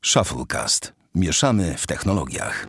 Shufflecast. Mieszamy w technologiach.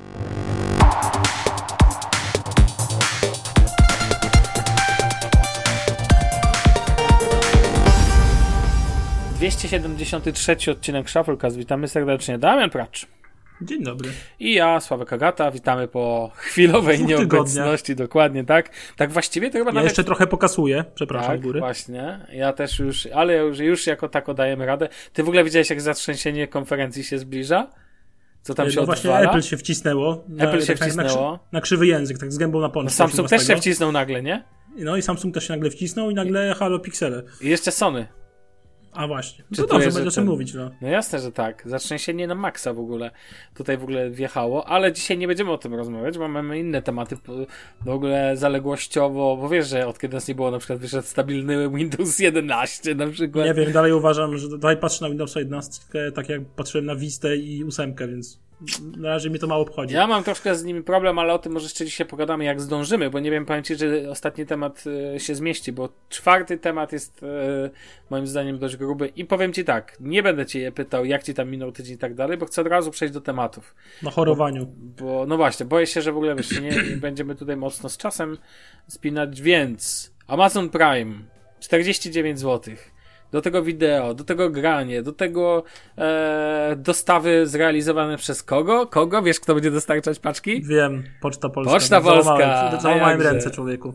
...273 odcinek Shufflecast. Witamy serdecznie. Damian Pracz. Dzień dobry. I ja, Sławek Agata. Witamy po chwilowej nieobecności. Dokładnie, tak. Tak właściwie to chyba ja nawet... jeszcze trochę pokasuję, przepraszam, tak, góry. Właśnie. Ja też już, ale już jako tako dajemy radę. Ty w ogóle widziałeś, jak zatrzęsienie konferencji się zbliża? Co tam się no właśnie odwala? Apple się wcisnęło. Na krzywy język, tak z gębą na pączkę. Samsung też się wcisnął nagle, nie? No i Samsung też się nagle wcisnął i nagle halo Pixele. I jeszcze Sony. A właśnie. Czy to dobrze, będzie o czym mówić. No jasne, że tak. Zatrzęsienie na maksa w ogóle. Tutaj w ogóle wjechało, ale dzisiaj nie będziemy o tym rozmawiać, bo mamy inne tematy w ogóle zaległościowo, bo wiesz, że od kiedy nas nie było, na przykład wyszedł stabilny Windows 11 na przykład. Nie wiem, dalej uważam, że dalej patrzę na Windows 11 tak jak patrzyłem na Vistę i 8, więc na razie mnie to mało obchodzi. Ja mam troszkę z nimi problem, ale o tym może jeszcze dzisiaj pogadamy, jak zdążymy, bo nie wiem, powiem ci, że ostatni temat się zmieści, bo czwarty temat jest moim zdaniem dość gruby i powiem ci tak, nie będę cię pytał, jak ci tam minął tydzień i tak dalej, bo chcę od razu przejść do tematów. Na chorowaniu. Bo no właśnie, boję się, że w ogóle wiesz, nie będziemy tutaj mocno z czasem spinać, więc Amazon Prime 49 zł. Do tego wideo, do tego granie, do tego dostawy zrealizowane przez kogo? Kogo? Wiesz, kto będzie dostarczać paczki? Wiem, Poczta Polska. Poczta Polska! Załamałem ręce, człowieku.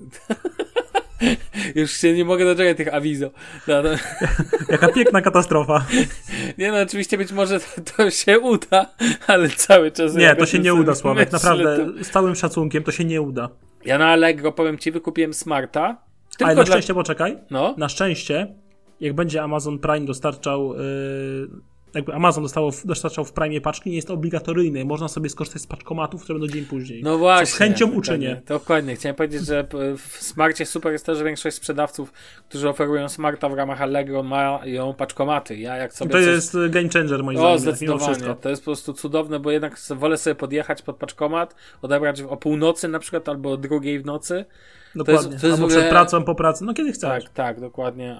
Już się nie mogę doczekać tych awizo. Jaka piękna katastrofa. Nie no, oczywiście być może to się uda, ale cały czas... Nie, to się nie uda, Sławek. Naprawdę, z całym szacunkiem, to się nie uda. Ja na Allegro, powiem ci, wykupiłem Smarta. Ale na szczęście, poczekaj. No? Na szczęście, jak będzie Amazon Prime dostarczał, jakby Amazon dostarczał w Prime paczki, nie jest to obligatoryjne. Można sobie skorzystać z paczkomatów, które będą dzień później. No właśnie. Co z chęcią uczynię. Dokładnie. Chciałem powiedzieć, że w Smarcie super jest to, że większość sprzedawców, którzy oferują Smarta w ramach Allegro, mają paczkomaty. Ja jak sobie to jest game changer moim zdaniem. Zdecydowanie. To jest po prostu cudowne, bo jednak wolę sobie podjechać pod paczkomat, odebrać o północy na przykład, albo o 2:00 w nocy. Dokładnie. To jest albo przed pracą, po pracy, no kiedy chcesz. Tak, dokładnie.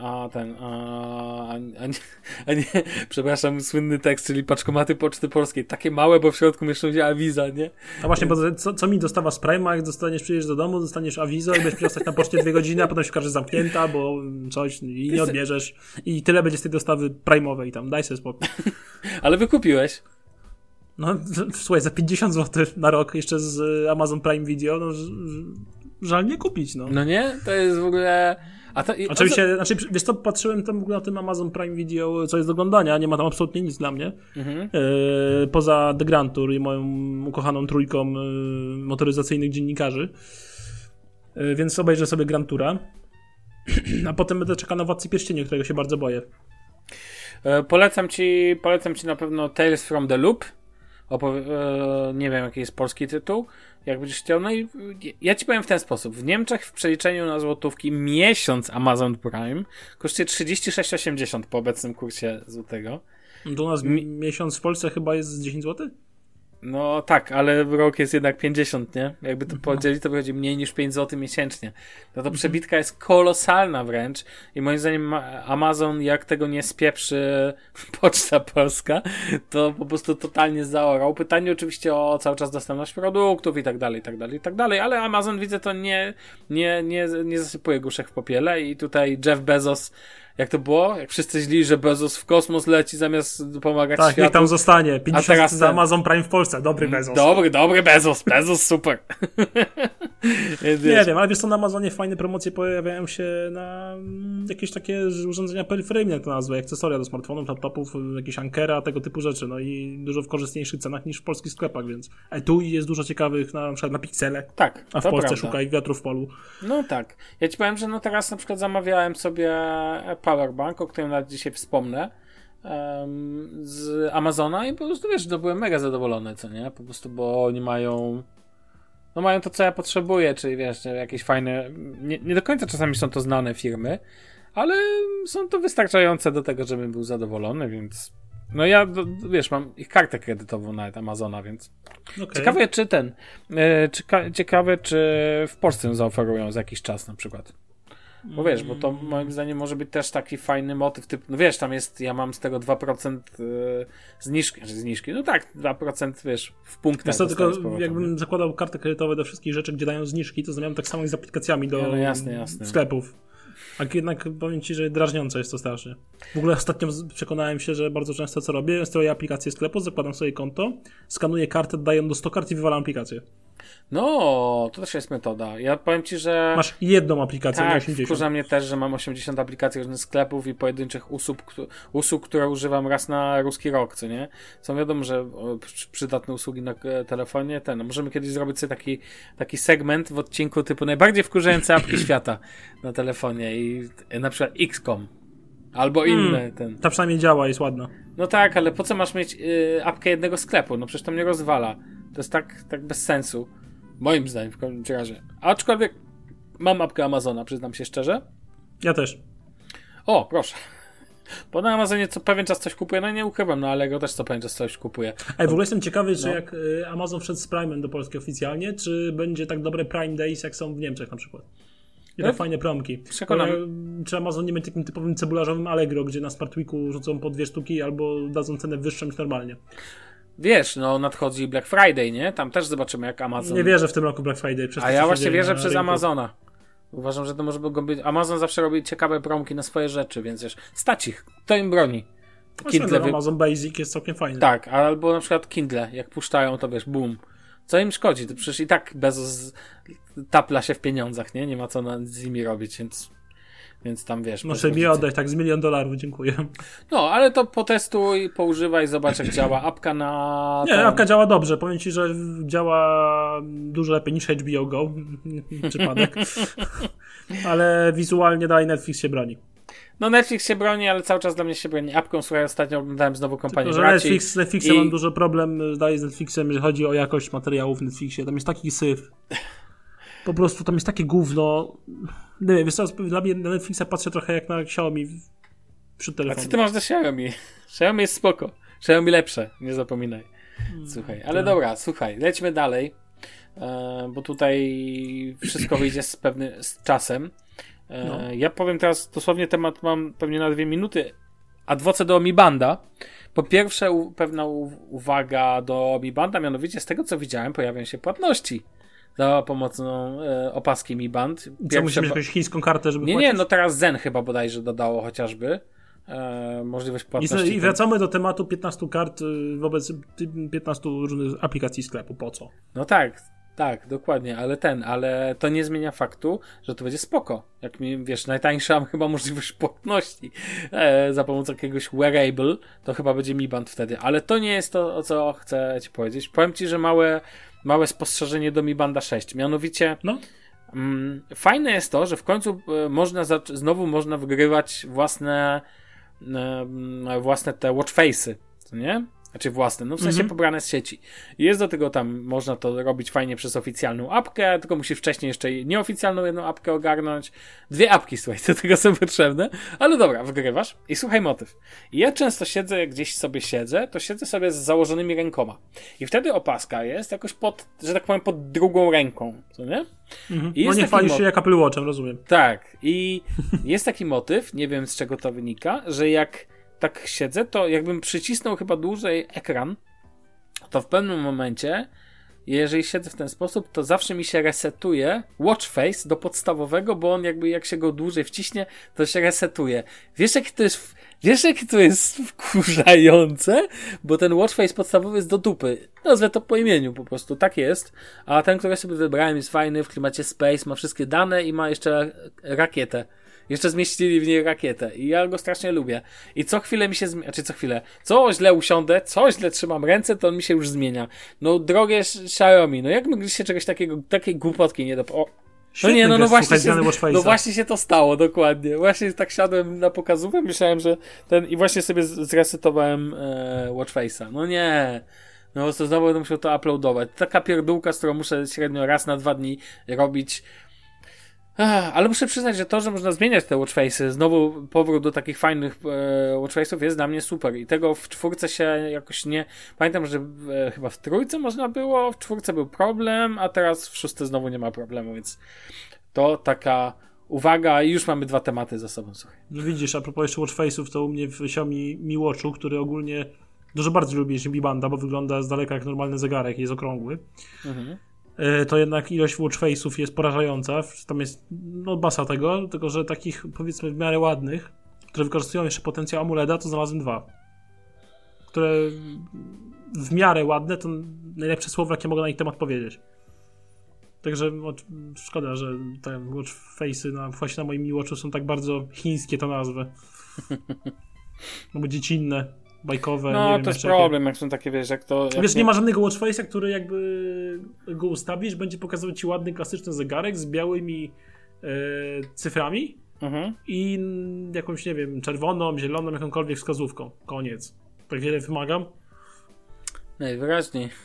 A nie, przepraszam, słynny tekst, czyli paczkomaty Poczty Polskiej. Takie małe, bo w środku mieszczą się awiza, nie? A właśnie, bo co mi dostawa z Prime'a, jak przyjedziesz do domu, dostaniesz awizo i będziesz zostać na poczcie 2 godziny, a potem się okaże zamknięta, bo coś i nie odbierzesz. I tyle będzie z tej dostawy Prime'owej tam. Daj sobie spokój. Ale wykupiłeś. No, słuchaj, za 50 zł na rok jeszcze z Amazon Prime Video, no żal nie kupić, no. No nie? To jest w ogóle... Oczywiście, wiesz co, patrzyłem tam w ogóle na tym Amazon Prime Video, co jest do oglądania, nie ma tam absolutnie nic dla mnie. Poza The Grand Tour i moją ukochaną trójką motoryzacyjnych dziennikarzy. Więc obejrzę sobie Grand Toura. A potem będę czekał na Władcy Pierścieni, którego się bardzo boję. Polecam ci na pewno Tales from the Loop. Nie wiem, jaki jest polski tytuł. Jak będziesz chciał. No i ja ci powiem w ten sposób. W Niemczech w przeliczeniu na złotówki miesiąc Amazon Prime kosztuje 36,80 po obecnym kursie złotego. Do nas miesiąc w Polsce chyba jest 10 zł? No tak, ale rok jest jednak 50, nie? Jakby to podzielić, to wychodzi mniej niż 5 zł miesięcznie. No to przebitka jest kolosalna wręcz i moim zdaniem Amazon, jak tego nie spieprzy Poczta Polska, to po prostu totalnie zaorał. Pytanie oczywiście o cały czas dostępność produktów i tak dalej, ale Amazon, widzę, to nie zasypuje gruszek w popiele i tutaj Jeff Bezos, jak to było? Jak wszyscy źli, że Bezos w kosmos leci zamiast pomagać światu. Tak, niech tam zostanie. 50 za Amazon Prime w Polsce. Dobry Bezos. Dobry Bezos. Bezos super. Nie wiem, ale wiesz co, na Amazonie fajne promocje pojawiają się na jakieś takie urządzenia peryferyjne, jak to nazwę, akcesoria do smartfonów, laptopów, jakieś Ankera, tego typu rzeczy. No i dużo w korzystniejszych cenach niż w polskich sklepach, więc etui jest dużo ciekawych, na przykład na Pixele. Tak, a w Polsce prawda. Szukaj wiatru w polu. No tak. Ja ci powiem, że no teraz na przykład zamawiałem sobie powerbank, o którym nawet dzisiaj wspomnę, z Amazona i po prostu wiesz, to byłem mega zadowolony, co nie? Po prostu, bo oni mają to, co ja potrzebuję, czyli wiesz, jakieś fajne, nie do końca czasami są to znane firmy, ale są to wystarczające do tego, żebym był zadowolony, więc no ja, wiesz, mam ich kartę kredytową nawet Amazona, więc okay. Ciekawe, czy w Polsce ją zaoferują za jakiś czas na przykład. Bo wiesz, bo to moim zdaniem może być też taki fajny motyw, typ, no wiesz, tam jest, ja mam z tego 2% zniżki, no tak, 2% wiesz, w punktach. Wiesz co, tylko jakbym zakładał karty kredytowe do wszystkich rzeczy, gdzie dają zniżki, to zamiast tak samo i z aplikacjami do jasne. sklepów. A jednak powiem ci, że drażniące jest to strasznie. W ogóle ostatnio przekonałem się, że bardzo często co robię, steruję aplikację sklepu, zakładam sobie konto, skanuję kartę, dodaję do 100 kart i wywalam aplikację. No, to też jest metoda. Ja powiem ci, że... Masz jedną aplikację na 80. Wkurza mnie też, że mam 80 aplikacji różnych sklepów i pojedynczych usług, które używam raz na ruski rok, co nie? Są wiadomo, że przydatne usługi na telefonie, no możemy kiedyś zrobić sobie taki segment w odcinku typu najbardziej wkurzające apki świata na telefonie i na przykład XCOM. Albo inne. Ta przynajmniej działa, jest ładna. No tak, ale po co masz mieć apkę jednego sklepu? No przecież to mnie rozwala. To jest tak bez sensu. Moim zdaniem w każdym razie. Aczkolwiek mam apkę Amazona, przyznam się szczerze. Ja też. O, proszę. Bo na Amazonie co pewien czas coś kupuję, no nie ukrywam, no ale go też co pewien czas coś kupuję. W ogóle jestem ciekawy, czy jak Amazon wszedł z Prime'em do Polski oficjalnie, czy będzie tak dobre Prime Days, jak są w Niemczech na przykład. I tak fajne promki. Przekonam. Czy Amazon nie będzie takim typowym cebularzowym Allegro, gdzie na Smart Weeku rzucą po 2 sztuki albo dadzą cenę wyższą niż normalnie. Wiesz, no nadchodzi Black Friday, nie? Tam też zobaczymy jak Amazon... Nie wierzę w tym roku Black Friday. A ja właśnie wierzę przez Amazona. Uważam, że to może być... Amazon zawsze robi ciekawe promki na swoje rzeczy, więc wiesz, stać ich. To im broni. Kindle Amazon Basic jest całkiem fajny. Tak, albo na przykład Kindle, jak puszczają, to wiesz, boom. Co im szkodzi? To przecież i tak Bezos tapla się w pieniądzach, nie? Nie ma co z nimi robić, więc tam wiesz... Muszę mi oddać tak z $1 milion, dziękuję. No, ale to potestuj, poużywaj, zobacz jak działa apka na... Nie, apka działa dobrze. Powiem ci, że działa dużo lepiej niż HBO Go. Przypadek. Ale wizualnie dalej Netflix się broni. No Netflix się broni, ale cały czas dla mnie się broni apką. Słuchaj, ostatnio oglądałem znowu kompanię Tylko, że Netflixem mam dużo problem zdaję z Netflixem, jeżeli chodzi o jakość materiałów w Netflixie. Tam jest taki syf. Po prostu tam jest takie gówno. Nie wiem, wiesz co, dla mnie na Netflixa patrzę trochę jak na Xiaomi przy telefonie. A co ty masz do Xiaomi? Xiaomi jest spoko. Xiaomi lepsze, nie zapominaj. Słuchaj, ale dobra, słuchaj, lećmy dalej, bo tutaj wszystko wyjdzie z czasem. Ja powiem teraz, dosłownie temat mam pewnie na 2 minuty. Adwoce do Mi Banda. Po pierwsze, pewna uwaga do Mi Banda, mianowicie z tego co widziałem, pojawiają się płatności za pomocą opaski Mi Band. Co, musisz mieć jakąś chińską kartę, żeby płacić? Nie, no teraz Zen chyba bodajże dodało chociażby możliwość płatności. I wracamy do tematu 15 kart wobec 15 różnych aplikacji sklepu. Po co? No tak, dokładnie, ale to nie zmienia faktu, że to będzie spoko. Jak mi, wiesz, najtańsza chyba możliwość płatności za pomocą jakiegoś wearable, to chyba będzie Mi Band wtedy, ale to nie jest to, o co chcę ci powiedzieć. Powiem ci, że małe spostrzeżenie do Mi Banda 6, mianowicie fajne jest to, że w końcu znowu można wygrywać własne te watchface'y, co nie? Znaczy własne, no w sensie pobrane z sieci. Jest do tego tam, można to robić fajnie przez oficjalną apkę, tylko musisz wcześniej jeszcze nieoficjalną jedną apkę ogarnąć. 2 apki, słuchaj, do tego są potrzebne. Ale dobra, wygrywasz i słuchaj motyw. I ja często gdzieś sobie siedzę, to siedzę sobie z założonymi rękoma. I wtedy opaska jest jakoś że tak powiem, pod drugą ręką, co nie? I no nie chwalisz się jak Apple Watchem, rozumiem. Tak. I jest taki motyw, nie wiem z czego to wynika, że jak tak siedzę, to jakbym przycisnął chyba dłużej ekran, to w pewnym momencie, jeżeli siedzę w ten sposób, to zawsze mi się resetuje watch face do podstawowego, bo on jakby jak się go dłużej wciśnie, to się resetuje. Wiesz jakie to jest wkurzające? Bo ten watch face podstawowy jest do dupy. Nazwę to po imieniu po prostu, tak jest. A ten, który sobie wybrałem jest fajny, w klimacie space, ma wszystkie dane i ma jeszcze rakietę. Jeszcze zmieścili w niej rakietę i ja go strasznie lubię. I co chwilę mi się co źle usiądę, co źle trzymam ręce, to on mi się już zmienia. No drogie Xiaomi, no jak mogliście czegoś takiej głupotki nie No nie, no właśnie się to stało, dokładnie. Właśnie tak siadłem na pokazówkę, myślałem, że i właśnie sobie zresetowałem Watchface'a. No nie. No to znowu będę musiał to uploadować. Taka pierdółka, z którą muszę średnio raz na 2 dni robić. Ale muszę przyznać, że to, że można zmieniać te watchface'y, znowu powrót do takich fajnych watchface'ów jest dla mnie super i tego w 4 się jakoś nie... Pamiętam, że chyba w 3 można było, w 4 był problem, a teraz w 6 znowu nie ma problemu, więc to taka Uwaga, już mamy 2 tematy za sobą, słuchaj. No widzisz, a propos jeszcze watchface'ów, to u mnie w Xiaomi Mi Watchu, który ogólnie dużo bardziej lubię niż Mi Banda, bo wygląda z daleka jak normalny zegarek, jest okrągły. To jednak ilość watchface'ów jest porażająca. Tam jest masa tego, tylko że takich powiedzmy w miarę ładnych, które wykorzystują jeszcze potencjał AMOLEDa, to znalazłem 2. Które w miarę ładne, to najlepsze słowo, jakie mogę na ich temat powiedzieć. Także szkoda, że te watchface'y właśnie na moim Mi Watchu są tak bardzo chińskie, to nazwy. Albo dziecinne, bajkowe. No nie wiem, to jest problem, jak są takie, wiesz, jak to... Wiesz, nie ma żadnego watchface'a, który jakby go ustawisz, będzie pokazywał ci ładny, klasyczny zegarek z białymi cyframi i jakąś, nie wiem, czerwoną, zieloną, jakąkolwiek wskazówką. Koniec. Tak wiele wymagam. Najwyraźniej.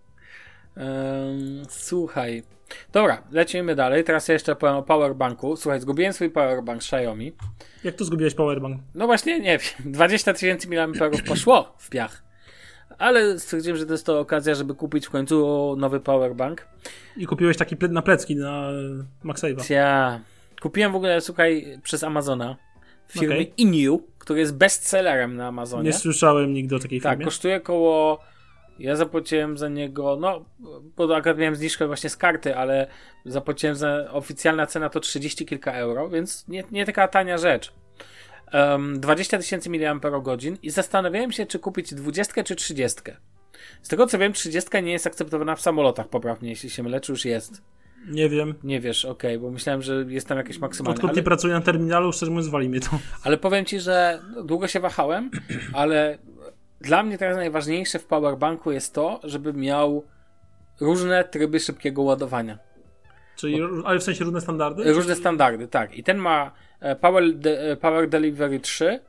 Słuchaj. Dobra, lecimy dalej. Teraz ja jeszcze powiem o powerbanku. Słuchaj, zgubiłem swój powerbank z Xiaomi. Jak to zgubiłeś powerbank? No właśnie, nie wiem. 20 000 mAh poszło w piach. Ale stwierdziłem, że to jest to okazja, żeby kupić w końcu nowy powerbank. I kupiłeś taki na plecki na MagSave'a. Ja kupiłem w ogóle, słuchaj, przez Amazona firmy Inu, który jest bestsellerem na Amazonie. Nie słyszałem nigdy o takiej firmie. Tak, kosztuje około... Ja zapłaciłem za niego, no, bo akurat miałem zniżkę właśnie z karty, ale zapłaciłem za oficjalna cena to 30 kilka euro, więc nie taka tania rzecz. 20 000 mAh i zastanawiałem się, czy kupić 20 czy 30. Z tego co wiem, 30 nie jest akceptowana w samolotach, poprawnie, jeśli się mylę, czy już jest. Nie wiem. Nie wiesz, okej, bo myślałem, że jest tam jakieś maksymalne. Odkąd nie pracuję na terminalu, szczerze mówiąc, wali mnie to. Ale powiem ci, że długo się wahałem, ale dla mnie teraz najważniejsze w powerbanku jest to, żeby miał różne tryby szybkiego ładowania. Czyli, ale w sensie różne standardy? Różne standardy, tak. I ten ma Power Delivery 3,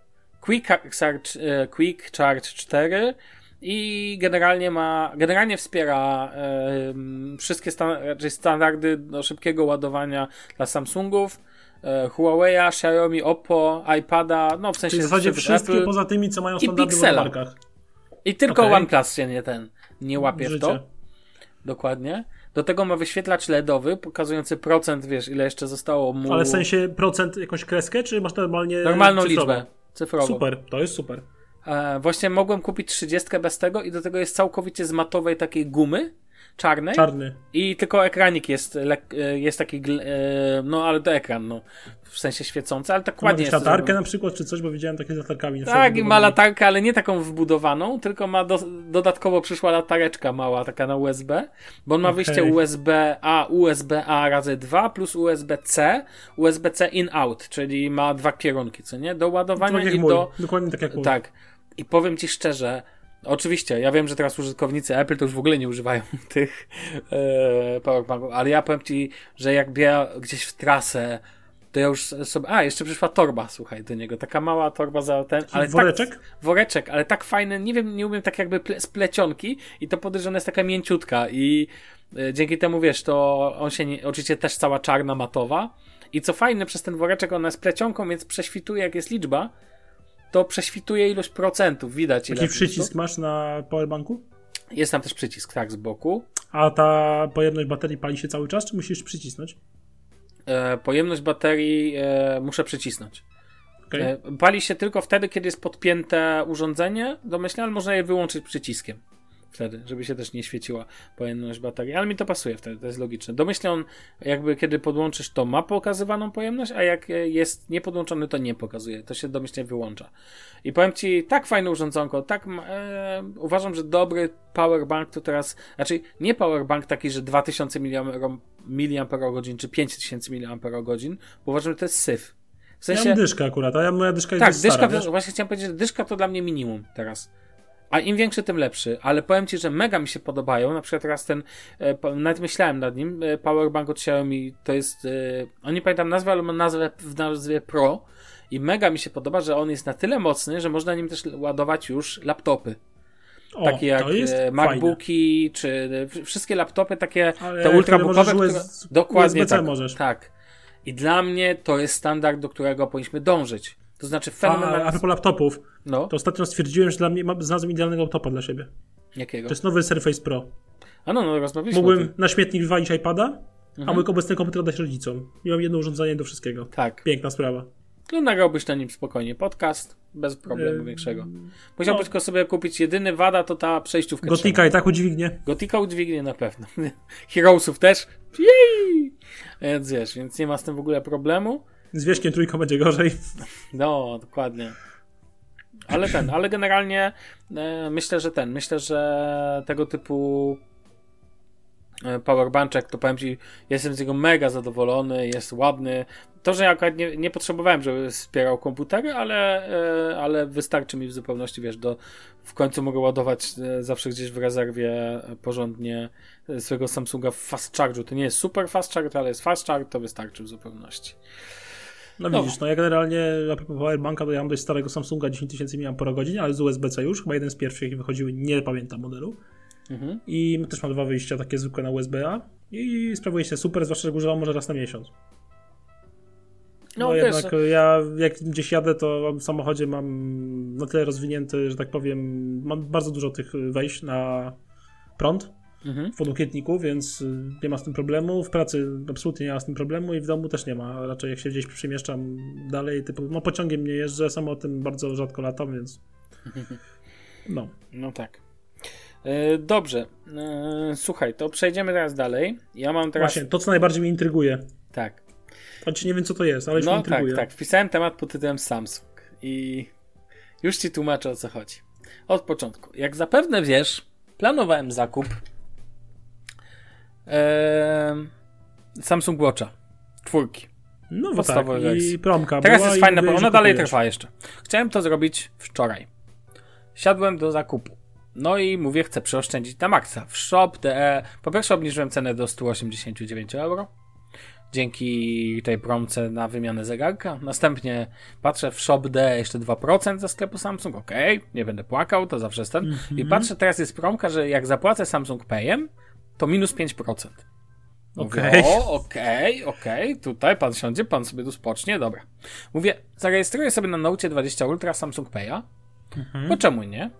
Quick Charge 4 i generalnie wspiera wszystkie standardy do szybkiego ładowania dla Samsungów, Huawei'a, Xiaomi, Oppo, iPada, no w sensie... Czyli w zasadzie wszystkie Apple, poza tymi, co mają standardy w markach. I tylko OnePlus się nie łapie w to. Życie. Dokładnie. Do tego ma wyświetlacz LEDowy, pokazujący procent, wiesz, ile jeszcze zostało mu... Ale w sensie procent, jakąś kreskę, czy masz normalną liczbę cyfrową? Super, to jest super. Właśnie mogłem kupić 30 bez tego i do tego jest całkowicie z matowej takiej gumy czarnej. Czarny. I tylko ekranik jest taki, no ale to ekran, no w sensie świecący, ale tak ładnie jest. Latarkę na przykład, czy coś, bo widziałem takie z latarkami. Tak, i ma latarkę, ale nie taką wbudowaną, tylko ma dodatkowo przyszła latareczka mała, taka na USB, bo on ma wyjście USB-A razy 2 plus USB-C in-out, czyli ma 2 kierunki, co nie? Do ładowania tak i do... Dokładnie tak jak mój. Tak. I powiem ci szczerze, oczywiście, ja wiem, że teraz użytkownicy Apple to już w ogóle nie używają tych powerbanków, ale ja powiem ci, że jak biegam gdzieś w trasę, to ja już sobie... jeszcze przyszła torba, słuchaj, do niego. Taka mała torba za ten... Ale woreczek? Tak, woreczek, ale tak fajny, nie umiem, tak jakby z plecionki i to podejrzane jest taka mięciutka i dzięki temu, wiesz, to on się oczywiście też cała czarna, matowa i co fajne, przez ten woreczek ona jest plecionką, więc prześwituje, jak jest liczba, to prześwituje ilość procentów, widać. Jaki przycisk masz na powerbanku? Jest tam też przycisk, tak, z boku. A ta pojemność baterii pali się cały czas, czy musisz przycisnąć? Pojemność baterii muszę przycisnąć. Okay. Pali się tylko wtedy, kiedy jest podpięte urządzenie, domyślnie, ale można je wyłączyć przyciskiem. Wtedy, żeby się też nie świeciła pojemność baterii, ale mi to pasuje wtedy, to jest logiczne. Domyślnie on jakby kiedy podłączysz, to ma pokazywaną pojemność, a jak jest niepodłączony, to nie pokazuje, to się domyślnie wyłącza. I powiem ci, tak fajne urządzonko, tak uważam, że dobry powerbank to teraz, znaczy nie powerbank taki, że 2000 mAh czy 5000 mAh, bo uważam, że to jest syf. W sensie, ja mam dyszkę akurat, a moja dyszka jest tak, stara. Tak, właśnie chciałem powiedzieć, że dyszka to dla mnie minimum teraz. A im większy, tym lepszy. Ale powiem ci, że mega mi się podobają. Na przykład teraz ten, nawet myślałem nad nim, powerbank od Xiaomi, to jest, nie pamiętam nazwy, ale ma nazwę w nazwie Pro. I mega mi się podoba, że on jest na tyle mocny, że można nim też ładować już laptopy. Takie jak MacBooki, czy wszystkie laptopy takie, ale te ultrabookowe, dokładnie USB-C tak. możesz. Tak. I dla mnie to jest standard, do którego powinniśmy dążyć. To znaczy fenomenalnie. A propos laptopów, no. To ostatnio stwierdziłem, że dla mnie znalazłem idealnego laptopa dla siebie. Jakiego? To jest nowy Surface Pro. No rozmawialiśmy. Mógłbym na śmietnik wywalić iPada a mój obecny komputer oddać rodzicom. I mam jedno urządzenie do wszystkiego. Tak. Piękna sprawa. No nagrałbyś na nim spokojnie podcast, bez problemu większego. Musiałbyś tylko sobie kupić, jedyny wada to ta przejściówka. Gotika i tak udźwignie. Gotika udźwignie na pewno. Heroesów też. Jej! Więc nie ma z tym w ogóle problemu. Z Wierzchiem trójką będzie gorzej. No, dokładnie. Ale generalnie myślę, że tego typu powerbanczek, to powiem ci, jestem z niego mega zadowolony, jest ładny. To, że ja akurat nie potrzebowałem, żeby wspierał komputery, ale wystarczy mi w zupełności, wiesz, w końcu mogę ładować zawsze gdzieś w rezerwie porządnie swojego Samsunga w fast charge'u. To nie jest super fast charge, ale jest fast charge, to wystarczy w zupełności. No widzisz, ja generalnie a propos powerbanka to ja mam dość starego Samsunga 10 000 mAh, ale z USB-C już, chyba jeden z pierwszych, jakie wychodziły, nie pamiętam modelu. I też mam 2 wyjścia takie zwykłe na USB-A i sprawuje się super, zwłaszcza, że używam może raz na miesiąc. No jednak ja jak gdzieś jadę, to w samochodzie mam na tyle rozwinięty, że tak powiem, mam bardzo dużo tych wejść na prąd w podłokietniku, więc nie ma z tym problemu. W pracy absolutnie nie ma z tym problemu i w domu też nie ma. Raczej jak się gdzieś przemieszczam dalej, typu, pociągiem nie jeżdżę, samolotem bardzo rzadko latam, więc No tak. Dobrze. Słuchaj, to przejdziemy teraz dalej. Ja mam teraz... Właśnie, to co najbardziej mnie intryguje. Tak. Choć nie wiem co to jest, ale już mnie intryguje. Tak. Wpisałem temat pod tytułem Samsung i już ci tłumaczę, o co chodzi. Od początku. Jak zapewne wiesz, planowałem zakup Samsung Watcha 4. No bo tak, i promka teraz była jest fajna, bo ona dalej kupujesz. trwa jeszcze. Chciałem to zrobić wczoraj. Siadłem do zakupu. No i mówię, chcę przeoszczędzić na maksa. W shop.de po pierwsze obniżyłem cenę do 189 €. Dzięki tej promce na wymianę zegarka. Następnie patrzę w shop.de jeszcze 2% ze sklepu Samsung. Okej, nie będę płakał, to zawsze jest ten. I patrzę, teraz jest promka, że jak zapłacę Samsung Payem, to minus 5%. Mówię, okej, tutaj pan siądzie, pan sobie tu spocznie, dobra. Mówię, zarejestruję sobie na Note 20 Ultra Samsung Pay'a, bo czemu nie?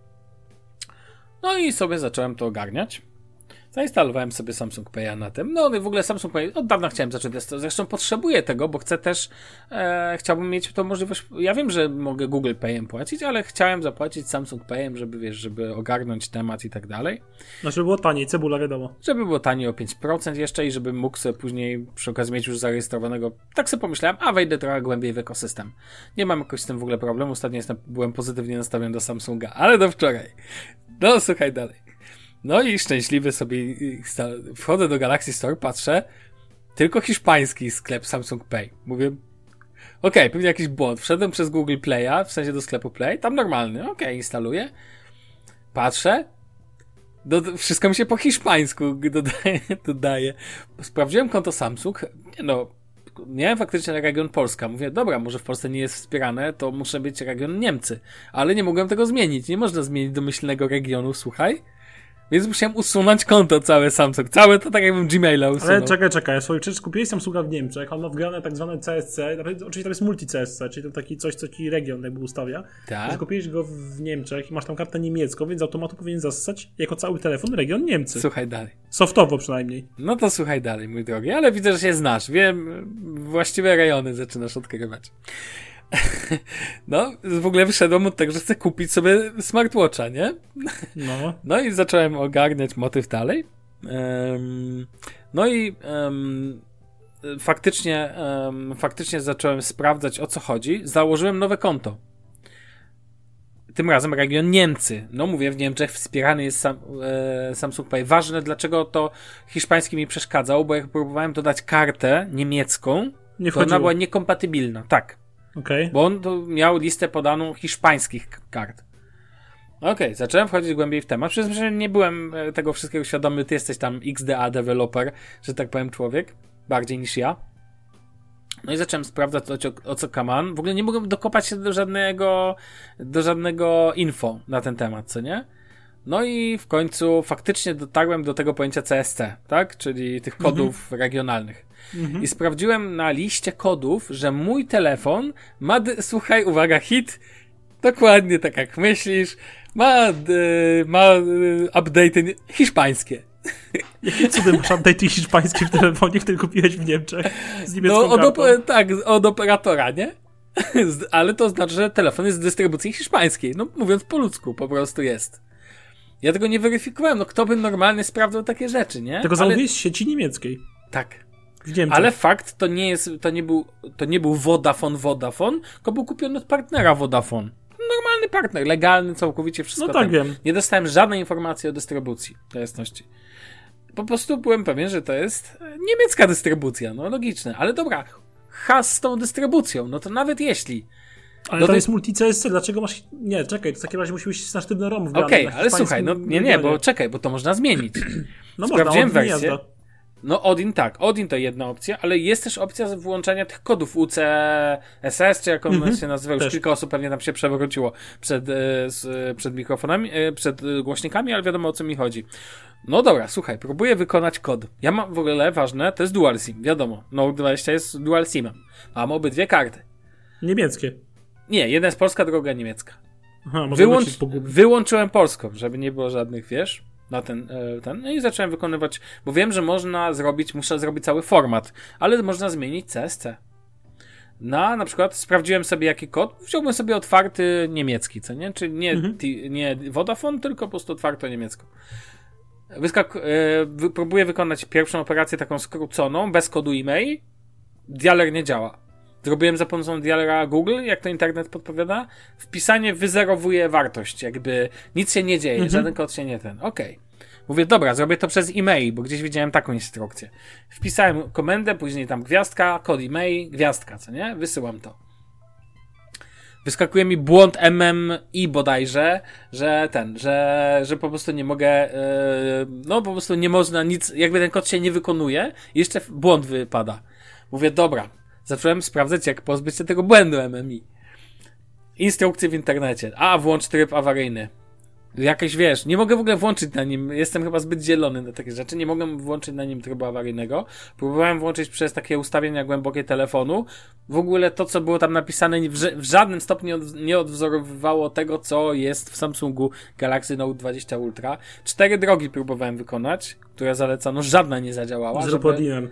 No i sobie zacząłem to ogarniać. Zainstalowałem sobie Samsung Pay'a na tym. No i w ogóle Samsung Pay od dawna chciałem zacząć testować. Zresztą potrzebuję tego, bo chcę też chciałbym mieć tą możliwość. Ja wiem, że mogę Google Pay'em płacić, ale chciałem zapłacić Samsung Pay'em, żeby ogarnąć temat i tak dalej. No żeby było taniej, cebula wiadomo. Żeby było taniej o 5% jeszcze i żebym mógł sobie później przy okazji mieć już zarejestrowanego. Tak sobie pomyślałem, wejdę trochę głębiej w ekosystem. Nie mam jakoś z tym w ogóle problemu. Ostatnio byłem pozytywnie nastawiony do Samsunga, ale do wczoraj. No słuchaj dalej. No i szczęśliwy sobie wchodzę do Galaxy Store, patrzę, tylko hiszpański sklep Samsung Pay. Mówię, okej, pewnie jakiś błąd. Wszedłem przez Google Play'a, w sensie do sklepu Play, tam normalny, instaluję. Patrzę, wszystko mi się po hiszpańsku dodaje. Sprawdziłem konto Samsung, miałem faktycznie region Polska. Mówię, dobra, może w Polsce nie jest wspierane, to muszę być region Niemcy. Ale nie mogłem tego zmienić. Nie można zmienić domyślnego regionu, słuchaj. Więc musiałem usunąć konto całe Samsung. Całe to tak jakbym Gmaila usunął. Ale czekaj. Przecież kupiłeś Samsunga w Niemczech, on ma wgrane tak zwane CSC, oczywiście tam jest multi-CSC, czyli to taki coś, co ci region jakby ustawia. Tak. Że kupiłeś go w Niemczech i masz tam kartę niemiecką, więc z automatu powinien zasać jako cały telefon region Niemcy. Słuchaj dalej. Softowo przynajmniej. No to słuchaj dalej, mój drogi. Ale widzę, że się znasz. Wiem, właściwe rejony zaczynasz odkrywać. No, w ogóle wyszedłem od tego, że chcę kupić sobie smartwatcha, nie? No i zacząłem ogarniać motyw dalej. No i faktycznie zacząłem sprawdzać, o co chodzi. Założyłem nowe konto. Tym razem region Niemcy. No mówię, w Niemczech wspierany jest Samsung Pay. Ważne, dlaczego to hiszpański mi przeszkadzał, bo jak próbowałem dodać kartę niemiecką, to ona była niekompatybilna. Tak. Okay. Bo on tu miał listę podaną hiszpańskich kart. Okej, zacząłem wchodzić głębiej w temat. Przecież nie byłem tego wszystkiego świadomy. Ty jesteś tam XDA developer, że tak powiem człowiek. Bardziej niż ja. No i zacząłem sprawdzać o co kaman. W ogóle nie mogłem dokopać się do żadnego info na ten temat, co nie? No i w końcu faktycznie dotarłem do tego pojęcia CSC, tak? Czyli tych kodów regionalnych. I sprawdziłem na liście kodów, że mój telefon słuchaj, uwaga, hit, dokładnie tak jak myślisz, ma update'y hiszpańskie. Jakie cudem masz update hiszpański w telefonie, który kupiłeś w Niemczech z niemiecką kartą? Tak, od operatora, nie? Ale to znaczy, że telefon jest z dystrybucji hiszpańskiej. No, mówiąc po ludzku, po prostu jest. Ja tego nie weryfikowałem. No, kto by normalnie sprawdzał takie rzeczy, nie? Tego zamówiłeś z sieci niemieckiej. Tak. W Niemczech. Ale fakt, to nie był Vodafone, tylko był kupiony od partnera Vodafone. Normalny partner, legalny, całkowicie wszystko. No tak, wiem. Nie dostałem żadnej informacji o dystrybucji, dla jasności. Po prostu byłem pewien, że to jest niemiecka dystrybucja, no logiczne. Ale dobra, has z tą dystrybucją, no to nawet jeśli... Ale to jest multi-CSC, dlaczego masz... Nie, czekaj, to w takim razie musi być na sztywny ROM wgrany. Okej, ale słuchaj, no nie, bo czekaj, bo to można zmienić. No sprawdziłem można, wersję. jazda. No Odin tak, Odin to jedna opcja, ale jest też opcja włączania tych kodów UCSS, czy jak on się nazywa, już też. kilka osób pewnie tam się przewróciło przed mikrofonami, przed głośnikami, ale wiadomo o co mi chodzi. No dobra, słuchaj, próbuję wykonać kod. Ja mam w ogóle ważne, to jest dual SIM, wiadomo, Note 20 jest dual SIM-em. Mam obydwie karty. Niemieckie. Nie, jedna jest polska, druga niemiecka. Aha, może Wyłączyłem polską, żeby nie było żadnych, wiesz, na ten. No i zacząłem wykonywać, bo wiem, że muszę zrobić cały format, ale można zmienić CSC. Na przykład sprawdziłem sobie jaki kod, wziąłbym sobie otwarty niemiecki, co nie? Czyli nie Vodafone, tylko po prostu otwarto niemiecko. Próbuję wykonać pierwszą operację taką skróconą, bez kodu e-mail. Dialer nie działa. Zrobiłem za pomocą dialera Google, jak to internet podpowiada. Wpisanie wyzerowuje wartość, jakby nic się nie dzieje, żaden kod się nie Okej. Mówię, dobra, zrobię to przez e-mail, bo gdzieś widziałem taką instrukcję. Wpisałem komendę, później tam gwiazdka, kod e-mail, gwiazdka, co nie? Wysyłam to. Wyskakuje mi błąd MMI bodajże, że po prostu nie mogę, no po prostu nie można nic, jakby ten kod się nie wykonuje, jeszcze błąd wypada. Mówię, dobra. Zacząłem sprawdzać, jak pozbyć się tego błędu MMI. Instrukcje w internecie. Włącz tryb awaryjny. Jakieś, wiesz, nie mogę w ogóle włączyć na nim, jestem chyba zbyt zielony na takie rzeczy, nie mogę włączyć na nim trybu awaryjnego. Próbowałem włączyć przez takie ustawienia głębokie telefonu. W ogóle to, co było tam napisane, w żadnym stopniu nie odwzorowywało tego, co jest w Samsungu Galaxy Note 20 Ultra. 4 drogi próbowałem wykonać, które zalecano, żadna nie zadziałała. Zrób Odinem.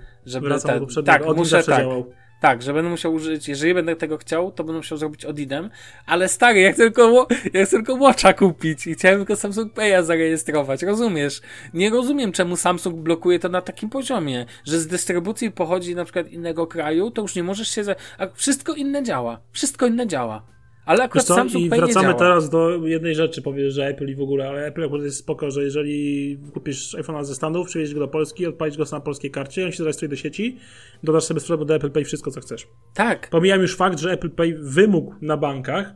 Tak, że będę musiał użyć, jeżeli będę tego chciał, to będę musiał zrobić Odinem, ale stary, jak tylko Watcha kupić i chciałem tylko Samsung Pay'a zarejestrować, rozumiesz? Nie rozumiem, czemu Samsung blokuje to na takim poziomie, że z dystrybucji pochodzi na przykład innego kraju, to już nie możesz się... A wszystko inne działa. Ale akurat Samsung Pay nie działa. Wracamy teraz do jednej rzeczy, powiesz, że Apple i w ogóle, ale Apple akurat jest spoko, że jeżeli kupisz iPhone'a ze Stanów, przywieźć go do Polski, odpalić go na polskiej karcie, on się zarejestruje do sieci, dodasz sobie sprzęt do Apple Pay wszystko, co chcesz. Tak. Pomijam już fakt, że Apple Pay wymógł na bankach,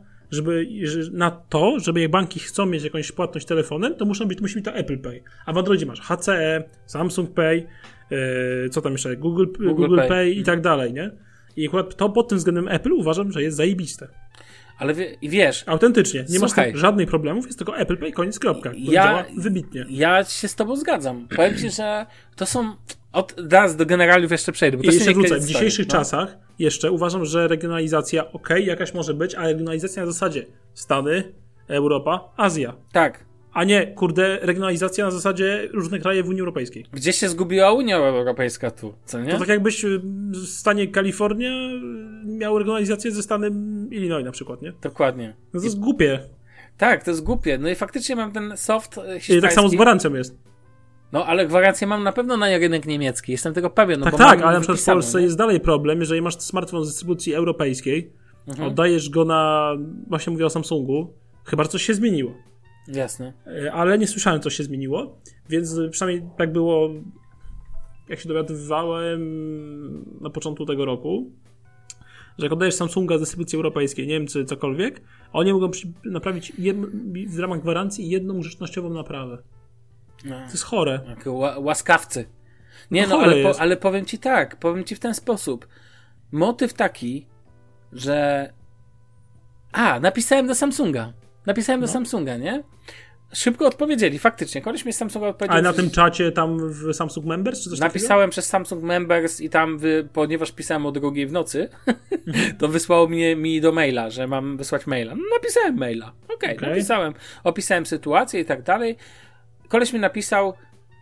żeby jak banki chcą mieć jakąś płatność telefonem, to musi być to Apple Pay. A w Androidzie masz HCE, Samsung Pay, co tam jeszcze, Google Pay i tak dalej, nie? I akurat to pod tym względem Apple uważam, że jest zajebiste. Ale wiesz... Autentycznie. Nie masz żadnych problemów, jest tylko Apple Pay, koniec, kropka. To działa wybitnie. Ja się z tobą zgadzam. Powiem ci, że to są... Teraz do generaliów jeszcze przejdę. Bo to I jeszcze wrócę. W dzisiejszych czasach jeszcze uważam, że regionalizacja jakaś może być, ale regionalizacja na zasadzie Stany, Europa, Azja. Tak. A nie, regionalizacja na zasadzie różnych krajów Unii Europejskiej. Gdzie się zgubiła Unia Europejska tu, co nie? To tak jakbyś w stanie Kalifornia miał regionalizację ze stanem Illinois na przykład, nie? Dokładnie. No to jest głupie. Tak, to jest głupie. No i faktycznie mam ten soft hiszpański. I tak samo z gwarancją jest. No, ale gwarancję mam na pewno na rynek niemiecki. Jestem tego pewien. No, tak, ale na przykład w Polsce jest dalej problem, jeżeli masz smartfon z dystrybucji europejskiej, oddajesz go właśnie mówię o Samsungu, chyba że coś się zmieniło. Jasne. Ale nie słyszałem, co się zmieniło, więc przynajmniej tak było, jak się dowiadywałem na początku tego roku, że jak oddajesz Samsunga z dystrybucji europejskiej, Niemcy, cokolwiek, oni mogą naprawić w ramach gwarancji jedną użytecznościową naprawę. No. To jest chore. Łaskawcy. Nie ale powiem ci w ten sposób. Motyw taki, że napisałem do Samsunga, nie? Szybko odpowiedzieli, faktycznie. Koleś mi z Samsunga odpowiedział. Ale na tym czacie tam w Samsung Members? Czy coś napisałem takiego? przez Samsung Members i tam, ponieważ pisałem o 2:00 w nocy, to wysłało mi do maila, że mam wysłać maila. No, napisałem maila. Okej. Napisałem. Opisałem sytuację i tak dalej. Koleś mi napisał,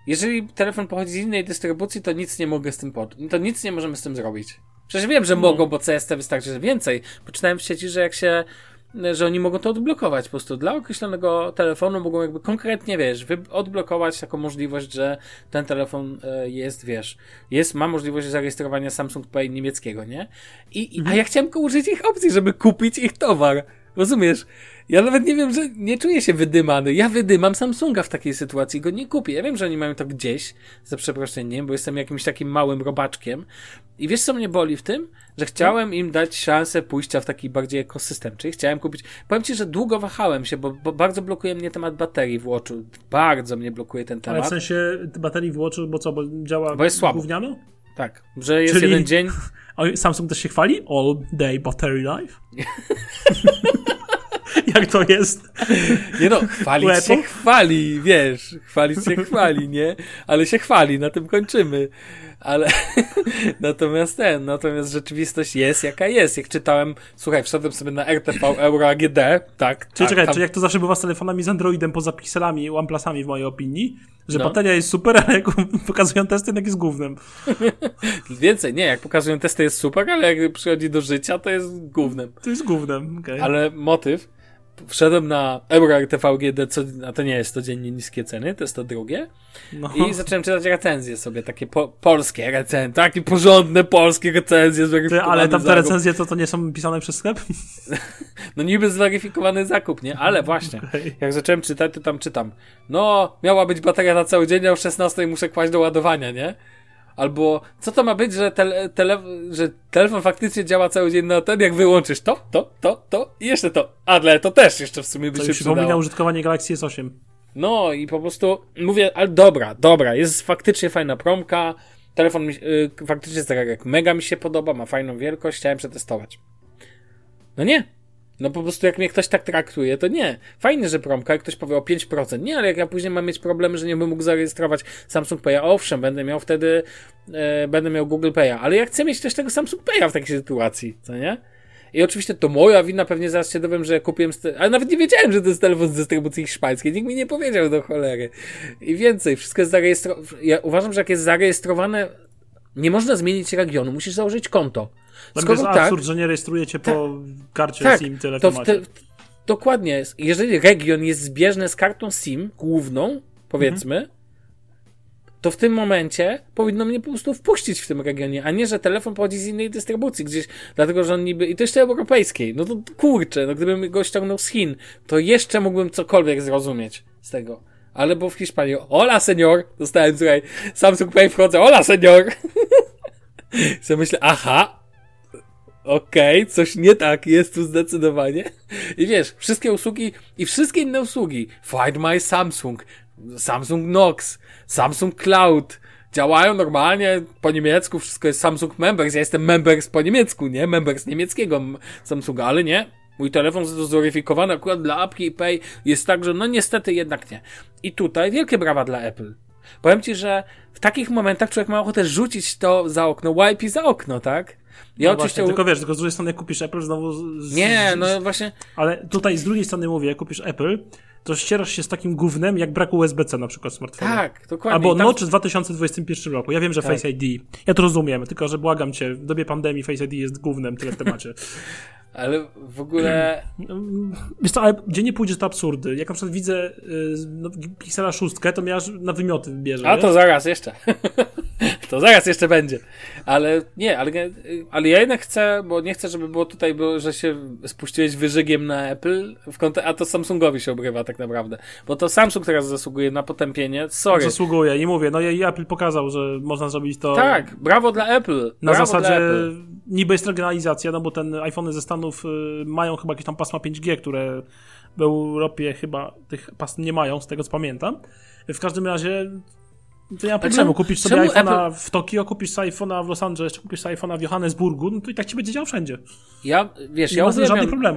jeżeli telefon pochodzi z innej dystrybucji, to nic nie mogę z tym to nic nie możemy z tym zrobić. Przecież wiem, że mogą, bo CST wystarczy, że więcej. Poczytałem w sieci, że oni mogą to odblokować po prostu. Dla określonego telefonu mogą jakby konkretnie, odblokować taką możliwość, że ten telefon ma możliwość zarejestrowania Samsung Pay niemieckiego, nie? A ja chciałem użyć ich opcji, żeby kupić ich towar. Rozumiesz? Ja nawet nie wiem, że nie czuję się wydymany. Ja wydymam Samsunga w takiej sytuacji, go nie kupię. Ja wiem, że oni mają to gdzieś, za przeproszeniem, bo jestem jakimś takim małym robaczkiem. I wiesz, co mnie boli w tym? Że chciałem im dać szansę pójścia w taki bardziej ekosystem. Czyli chciałem kupić... Powiem ci, że długo wahałem się, bo bardzo blokuje mnie temat baterii w Watchu. Bardzo mnie blokuje ten temat. Ale w sensie baterii w Watchu, bo co? Bo działa bo jest słabo. Gówniano? Tak, że jest jeden dzień... Samsung też się chwali? All day battery life? Jak to jest? Nie no, chwalić się chwali, wiesz, chwalić się chwali, nie? Ale się chwali, na tym kończymy. Ale natomiast rzeczywistość jest jaka jest. Jak czytałem, słuchaj, wszedłem sobie na RTV Euro AGD, tak. Czyli czekaj, czy jak to zawsze bywa z telefonami z Androidem poza pikselami, OnePlusami w mojej opinii, że bateria jest super, ale jak pokazują testy, jak jest gównem. Więcej, nie, jak pokazują testy jest super, ale jak przychodzi do życia, to jest gównem. To jest gównem, okej. Ale motyw, wszedłem na Euro RTV AGD, a to nie jest codziennie niskie ceny, to jest to drugie. No. I zacząłem czytać recenzje sobie, takie polskie recenzje, takie porządne polskie recenzje zweryfikowane. Ale tam te recenzje to nie są pisane przez sklep? No niby zweryfikowany zakup, nie? Ale właśnie, jak zacząłem czytać, to tam czytam. No, miała być bateria na cały dzień, a o 16 muszę kłaść do ładowania, nie? Albo co to ma być, że telefon faktycznie działa cały dzień na ten, jak wyłączysz to i jeszcze to. Ale to też jeszcze w sumie by się przydało. Przypomina użytkowanie Galaxy S8. No i po prostu mówię, ale dobra, jest faktycznie fajna promka, telefon faktycznie jak mega mi się podoba, ma fajną wielkość, chciałem przetestować. No nie. No po prostu jak mnie ktoś tak traktuje, to nie. Fajnie, że promka, jak ktoś powie o 5%. Nie, ale jak ja później mam mieć problemy, że nie bym mógł zarejestrować Samsung Pay'a, owszem, będę miał Google Pay'a, ale ja chcę mieć też tego Samsung Pay'a w takiej sytuacji, co nie? I oczywiście to moja wina, pewnie zaraz się dowiem, że kupiłem, ale nawet nie wiedziałem, że to jest telefon z dystrybucji hiszpańskiej, nikt mi nie powiedział do cholery. I więcej, wszystko jest zarejestrowane. Ja uważam, że jak jest zarejestrowane, nie można zmienić regionu, musisz założyć konto. To jest absurd, że nie rejestrujecie po karcie SIM, tyle to macie. Dokładnie jest. Jeżeli region jest zbieżny z kartą SIM główną, powiedzmy, to w tym momencie powinno mnie po prostu wpuścić w tym regionie, a nie, że telefon pochodzi z innej dystrybucji gdzieś, dlatego, że on niby, i to jeszcze europejskiej, no to kurczę, no gdybym go ściągnął z Chin, to jeszcze mógłbym cokolwiek zrozumieć z tego. Ale bo w Hiszpanii, hola senior, dostałem, słuchaj, Samsung Pay wchodzę, hola senior. Co myślę, aha, okej, coś nie tak jest tu zdecydowanie. I wiesz, wszystkie usługi i wszystkie inne usługi, Find My Samsung, Samsung Knox, Samsung Cloud, działają normalnie po niemiecku, wszystko jest Samsung Members, ja jestem Members po niemiecku, nie? Members niemieckiego Samsunga, ale nie. Mój telefon jest zweryfikowany akurat dla apki i Pay jest tak, że no niestety jednak nie. I tutaj wielkie brawa dla Apple. Powiem ci, że w takich momentach człowiek ma ochotę rzucić to za okno, wipe za okno, tak? Ja no oczywiście... Właśnie, tylko wiesz, tylko z drugiej strony jak kupisz Apple znowu... Nie, no właśnie... Ale tutaj z drugiej strony mówię, jak kupisz Apple, to ścierasz się z takim gównem, jak brak USB-C na przykład w smartfonie. Tak, dokładnie. Albo Notch w 2021 roku. Ja wiem, że Face ID. Ja to rozumiem, tylko że błagam cię, w dobie pandemii Face ID jest gównem, tyle w temacie. Ale w ogóle... Wiesz co, ale gdzie nie pójdziesz, to absurdy. Jak na przykład widzę Pixela 6, to mnie aż na wymioty bierze. A to zaraz jeszcze. To zaraz jeszcze będzie. Ale nie, ale ja jednak chcę, bo nie chcę, żeby było tutaj, że się spuściłeś wyżygiem na Apple, a to Samsungowi się obrywa tak naprawdę. Bo to Samsung teraz zasługuje na potępienie. Sorry. Zasługuje i mówię, no i Apple pokazał, że można zrobić to... Tak, brawo dla Apple. Na zasadzie niby jest regionalizacja, no bo ten iPhony ze Stanów mają chyba jakieś tam pasma 5G, które w Europie chyba tych pasm nie mają, z tego co pamiętam. W każdym razie to nie ma problemu. Kupisz sobie iPhone'a w Tokio, kupisz sobie iPhone'a w Los Angeles, czy kupisz sobie iPhone'a w Johannesburgu, no to i tak ci będzie działał wszędzie. Ja nie ma żadnych problemów.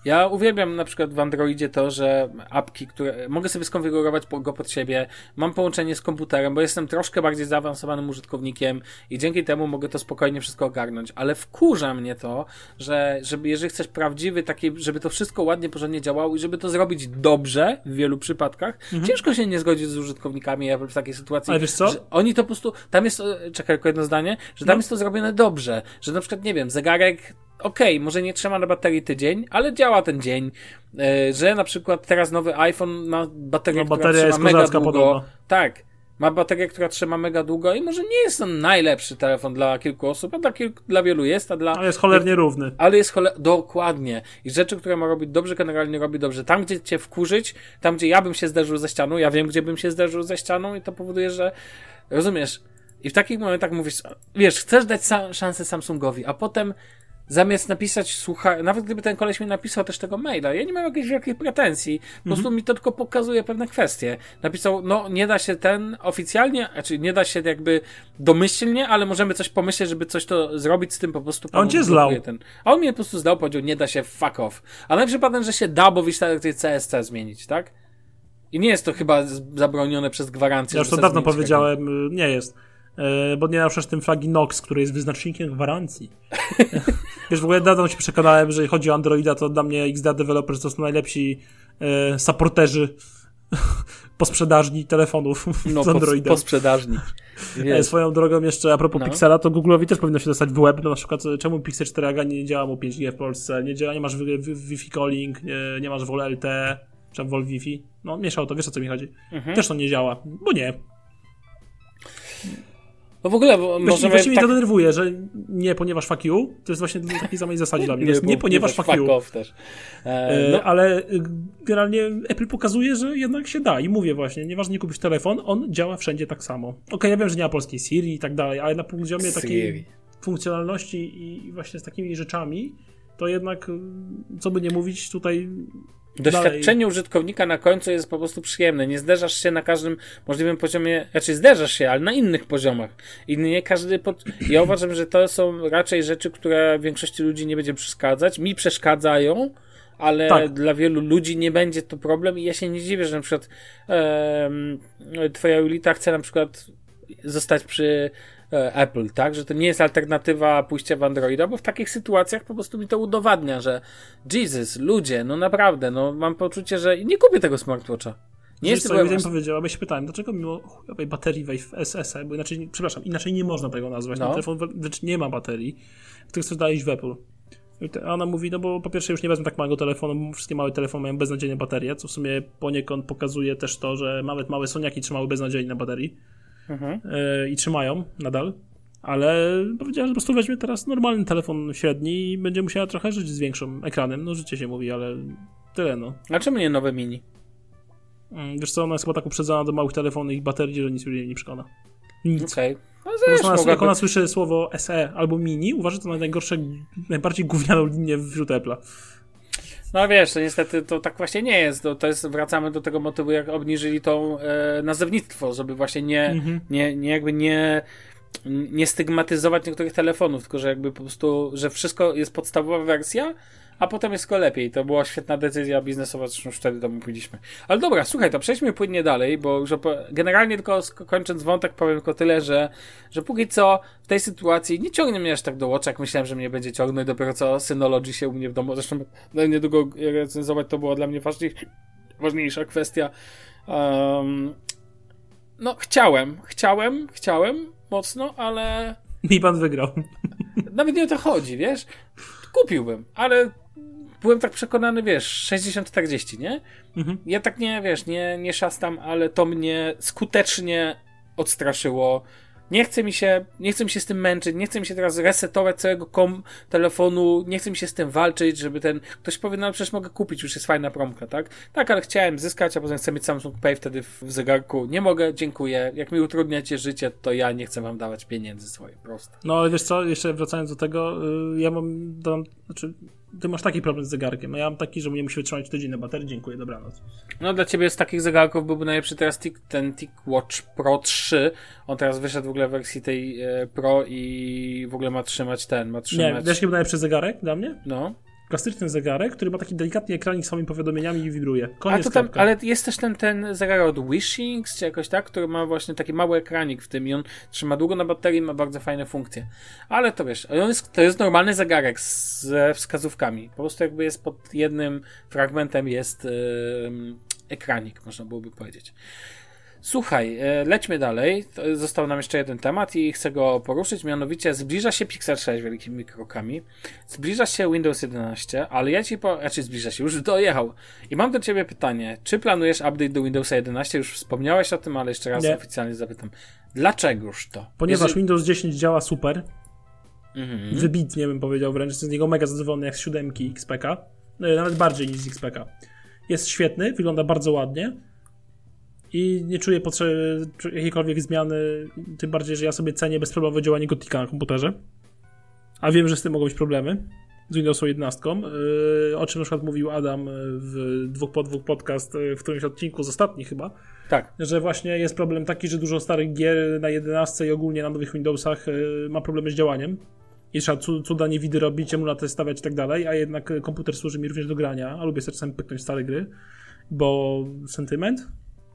Ja uwielbiam na przykład w Androidzie to, że apki, które mogę sobie skonfigurować go pod siebie, mam połączenie z komputerem, bo jestem troszkę bardziej zaawansowanym użytkownikiem i dzięki temu mogę to spokojnie wszystko ogarnąć, ale wkurza mnie to, że jeżeli chcesz prawdziwy taki, żeby to wszystko ładnie, porządnie działało i żeby to zrobić dobrze w wielu przypadkach, ciężko się nie zgodzić z użytkownikami Apple w takiej sytuacji. Ale wiesz co? Że oni to po prostu, tam jest, czekaj, tylko jedno zdanie, że tam jest to zrobione dobrze, że na przykład, nie wiem, zegarek może nie trzyma na baterii tydzień, ale działa ten dzień, że na przykład teraz nowy iPhone ma baterię, która trzyma mega długo. Podobno. Tak, ma baterię, która trzyma mega długo i może nie jest to najlepszy telefon dla kilku osób, a dla wielu jest, ale jest cholernie równy. Ale jest dokładnie. I rzeczy, które ma robić dobrze, generalnie robi dobrze. Tam, gdzie cię wkurzyć, tam, gdzie ja bym się zderzył ze ścianą, ja wiem, gdzie bym się zderzył ze ścianą i to powoduje, że rozumiesz, i w takich momentach mówisz, wiesz, chcesz dać szansę Samsungowi, a potem zamiast napisać, słuchaj, nawet gdyby ten koleś mi napisał też tego maila, ja nie mam jakiejś wielkiej pretensji, po prostu mi to tylko pokazuje pewne kwestie. Napisał, nie da się oficjalnie, znaczy nie da się jakby domyślnie, ale możemy coś pomyśleć, żeby coś to zrobić z tym po prostu. A on cię zlał. A on mnie po prostu zlał, powiedział, nie da się, fuck off. A najlepszy patent, że się da, bo wystarczy CSC zmienić, tak? I nie jest to chyba zabronione przez gwarancję. Ja już to dawno powiedziałem, nie jest. Bo nie naruszasz tym flagi Nox, który jest wyznacznikiem gwarancji. Wiesz, w ogóle dawno się przekonałem, że jeżeli chodzi o Androida, to dla mnie XDA Developers to są najlepsi supporterzy posprzedażni telefonów z Androidem. Posprzedażni. Swoją drogą jeszcze a propos Pixela, to Google'owi też powinno się dostać w web, na przykład czemu Pixel 4 a nie działa mu 5G w Polsce, nie masz Wi-Fi calling, nie masz VoL LTE, czy VoL Wi-Fi, mieszał to, wiesz o co mi chodzi. Też to nie działa, bo nie. No w ogóle możemy mnie to denerwuje, że nie, ponieważ fuck you, to jest właśnie na takiej samej zasadzie dla mnie. Nie ponieważ fuck you. Też. Ale generalnie Apple pokazuje, że jednak się da i mówię właśnie, nieważne nie kupisz telefon, on działa wszędzie tak samo. Ja wiem, że nie ma polskiej Siri i tak dalej, ale na poziomie takiej funkcjonalności i właśnie z takimi rzeczami, to jednak, co by nie mówić, tutaj doświadczenie użytkownika na końcu jest po prostu przyjemne. Nie zderzasz się na każdym możliwym poziomie, zderzasz się, ale na innych poziomach. I nie każdy. Ja uważam, że to są raczej rzeczy, które większości ludzi nie będzie przeszkadzać. Mi przeszkadzają, ale dla wielu ludzi nie będzie to problem i ja się nie dziwię, że na przykład twoja Julita chce na przykład zostać przy Apple, tak? Że to nie jest alternatywa pójścia w Androida, bo w takich sytuacjach po prostu mi to udowadnia, że Jesus, ludzie, naprawdę, mam poczucie, że nie kupię tego smartwatcha. Nie jest co, ja powiedział, ja się pytałem, dlaczego mimo chujowej baterii w SS, bo inaczej nie można tego nazwać. Ten telefon nie ma baterii, który chcesz znaleźć w Apple. A ona mówi, bo po pierwsze już nie wezmę tak małego telefonu, wszystkie małe telefony mają beznadziejne baterie, co w sumie poniekąd pokazuje też to, że nawet małe Soniaki trzymały beznadziejnie na baterii. I trzymają nadal, ale powiedziała, że po prostu weźmie teraz normalny telefon średni i będzie musiała trochę żyć z większym ekranem. Życie się mówi, ale tyle. A czemu nie nowe mini? Wiesz co, ona jest chyba tak uprzedzona do małych telefonów i baterii, że nic mnie nie przekona. Nic. Okej. Jak ona słyszy słowo SE albo mini, uważa to na najgorsze, najbardziej gównianą linię wśród Apple'a. No wiesz, to niestety to tak właśnie nie jest. To jest, wracamy do tego motywu, jak obniżyli to nazewnictwo, żeby właśnie nie stygmatyzować niektórych telefonów, tylko że jakby po prostu, że wszystko jest podstawowa wersja, a potem jest tylko lepiej. To była świetna decyzja biznesowa, zresztą już wtedy to mówiliśmy. Ale dobra, słuchaj, to przejdźmy płynnie dalej, bo generalnie tylko kończąc wątek powiem tylko tyle, że póki co w tej sytuacji nie ciągnie mnie aż tak do Watcha, jak myślałem, że mnie będzie ciągnąć, dopiero co Synology się u mnie w domu, zresztą niedługo recenzować, to była dla mnie ważniejsza kwestia. Chciałem mocno, ale mi pan wygrał. Nawet nie o to chodzi, wiesz? Kupiłbym, ale byłem tak przekonany, wiesz, 60-40, nie? Ja tak nie szastam, ale to mnie skutecznie odstraszyło. Nie chce mi się z tym męczyć, nie chce mi się teraz resetować całego telefonu, nie chce mi się z tym walczyć, żeby ktoś powie, przecież mogę kupić, już jest fajna promka, tak? Tak, ale chciałem zyskać, a potem chcę mieć Samsung Pay wtedy w zegarku. Nie mogę, dziękuję. Jak mi utrudniacie życie, to ja nie chcę wam dawać pieniędzy swoje, proste. Ale wiesz co, jeszcze wracając do tego, ty masz taki problem z zegarkiem, a ja mam taki, że mnie musi wytrzymać tydzień na baterii, dziękuję, dobranoc. Dla ciebie z takich zegarków byłby najlepszy teraz ten TicWatch Pro 3, on teraz wyszedł w ogóle w wersji tej Pro i w ogóle ma trzymać. Nie, wiesz jaki był najlepszy zegarek dla mnie? Plastyczny zegarek, który ma taki delikatny ekranik z samymi powiadomieniami i wibruje. Koniec, ale jest też ten zegarek od Wishings, czy jakoś tak, który ma właśnie taki mały ekranik w tym i on trzyma długo na baterii i ma bardzo fajne funkcje. Ale to wiesz, to jest normalny zegarek ze wskazówkami. Po prostu jakby jest pod jednym fragmentem jest ekranik, można byłoby powiedzieć. Słuchaj, lećmy dalej. Został nam jeszcze jeden temat i chcę go poruszyć, mianowicie zbliża się Pixel 6 wielkimi krokami. Zbliża się Windows 11, ale zbliża się, już dojechał. I mam do ciebie pytanie, czy planujesz update do Windowsa 11? Już wspomniałeś o tym, ale jeszcze raz oficjalnie zapytam. Dlaczegoż to? Ponieważ Windows 10 działa super. Wybitnie bym powiedział wręcz. Jestem z niego mega zadowolony jak z 7 XPK. Nawet bardziej niż z XPK. Jest świetny, wygląda bardzo ładnie. I nie czuję potrzeby jakiejkolwiek zmiany, tym bardziej, że ja sobie cenię bezproblemowe działanie Gotika na komputerze. A wiem, że z tym mogą być problemy z Windowsem 11. O czym na przykład mówił Adam w 2 podcast, w którymś odcinku z ostatnich chyba. Tak. Że właśnie jest problem taki, że dużo starych gier na 11 i ogólnie na nowych Windowsach ma problemy z działaniem. I trzeba cuda niewidy robić, emulatory stawiać i tak dalej, a jednak komputer służy mi również do grania, a lubię sobie czasem pyknąć stare gry, bo sentyment.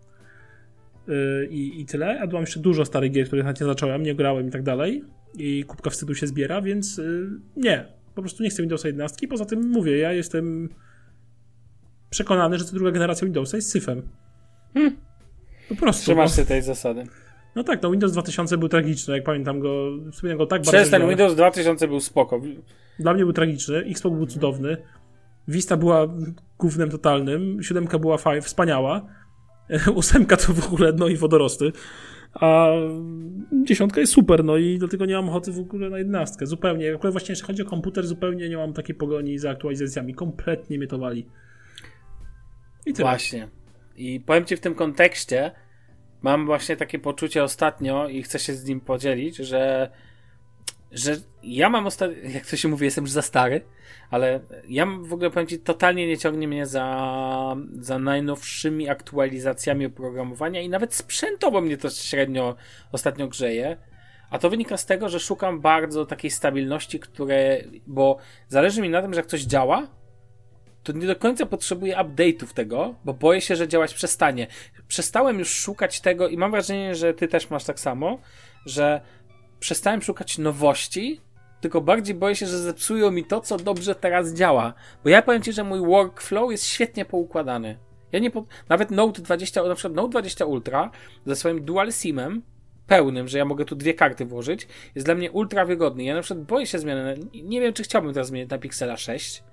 I tyle. A mam jeszcze dużo starych gier, których nie zacząłem, nie grałem i tak dalej. I kubka wstydu się zbiera, więc nie. Po prostu nie chcę Windowsa 11. Poza tym mówię, ja jestem przekonany, że ta druga generacja Windowsa jest syfem. Po prostu. Trzymasz się tej zasady. No tak, no Windows 2000 był tragiczny, jak pamiętam go. Wspominam go tak bardzo. Ten Windows 2000 był spoko. Dla mnie był tragiczny, Xbox był cudowny. Vista była gównem totalnym, 7 była wspaniała. 8 to w ogóle no i wodorosty, a 10 jest super, no i dlatego nie mam ochoty w ogóle na 11. Zupełnie, akurat właśnie jeśli chodzi o komputer, zupełnie nie mam takiej pogoni za aktualizacjami, kompletnie mnie to wali. I tyle. Właśnie. I powiem ci w tym kontekście, mam właśnie takie poczucie ostatnio i chcę się z nim podzielić, że ja mam jak to się mówi, jestem już za stary, ale ja w ogóle powiem ci, totalnie nie ciągnie mnie za najnowszymi aktualizacjami oprogramowania i nawet sprzętowo mnie to średnio ostatnio grzeje, a to wynika z tego, że szukam bardzo takiej stabilności, bo zależy mi na tym, że jak coś działa, to nie do końca potrzebuję update'ów tego, bo boję się, że działać przestanie. Przestałem już szukać tego i mam wrażenie, że ty też masz tak samo, że przestałem szukać nowości, tylko bardziej boję się, że zepsują mi to, co dobrze teraz działa. Bo ja powiem ci, że mój workflow jest świetnie poukładany. Nawet Note 20, na przykład Note 20 Ultra ze swoim dual SIM-em pełnym, że ja mogę tu 2 karty włożyć, jest dla mnie ultra wygodny. Ja na przykład boję się zmiany. Nie wiem, czy chciałbym teraz zmienić na Pixela 6,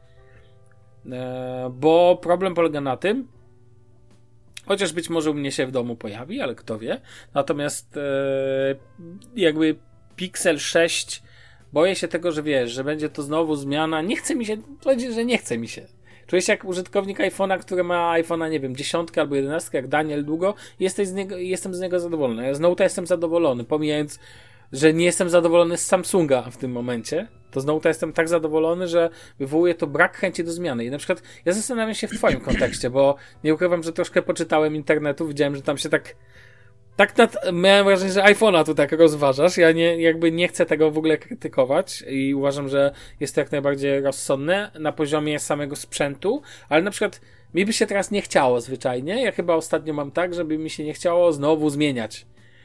bo problem polega na tym, chociaż być może u mnie się w domu pojawi, ale kto wie. Natomiast jakby Pixel 6 boję się tego, że wiesz, że będzie to znowu zmiana. Nie chce mi się, powiedzieć, że nie chce mi się. Czuję się jak użytkownik iPhone'a, który ma iPhone'a, nie wiem, 10 albo 11, jak Daniel długo i jestem z niego zadowolony. Ja z Note'a jestem zadowolony, pomijając, że nie jestem zadowolony z Samsunga w tym momencie. To z Note'a jestem tak zadowolony, że wywołuje to brak chęci do zmiany. I na przykład ja zastanawiam się w twoim kontekście, bo nie ukrywam, że troszkę poczytałem internetu, widziałem, że tam się miałem wrażenie, że iPhone'a tu tak rozważasz. Ja nie chcę tego w ogóle krytykować i uważam, że jest to jak najbardziej rozsądne na poziomie samego sprzętu, ale na przykład mi by się teraz nie chciało zwyczajnie. Ja chyba ostatnio mam tak, żeby mi się nie chciało znowu zmieniać.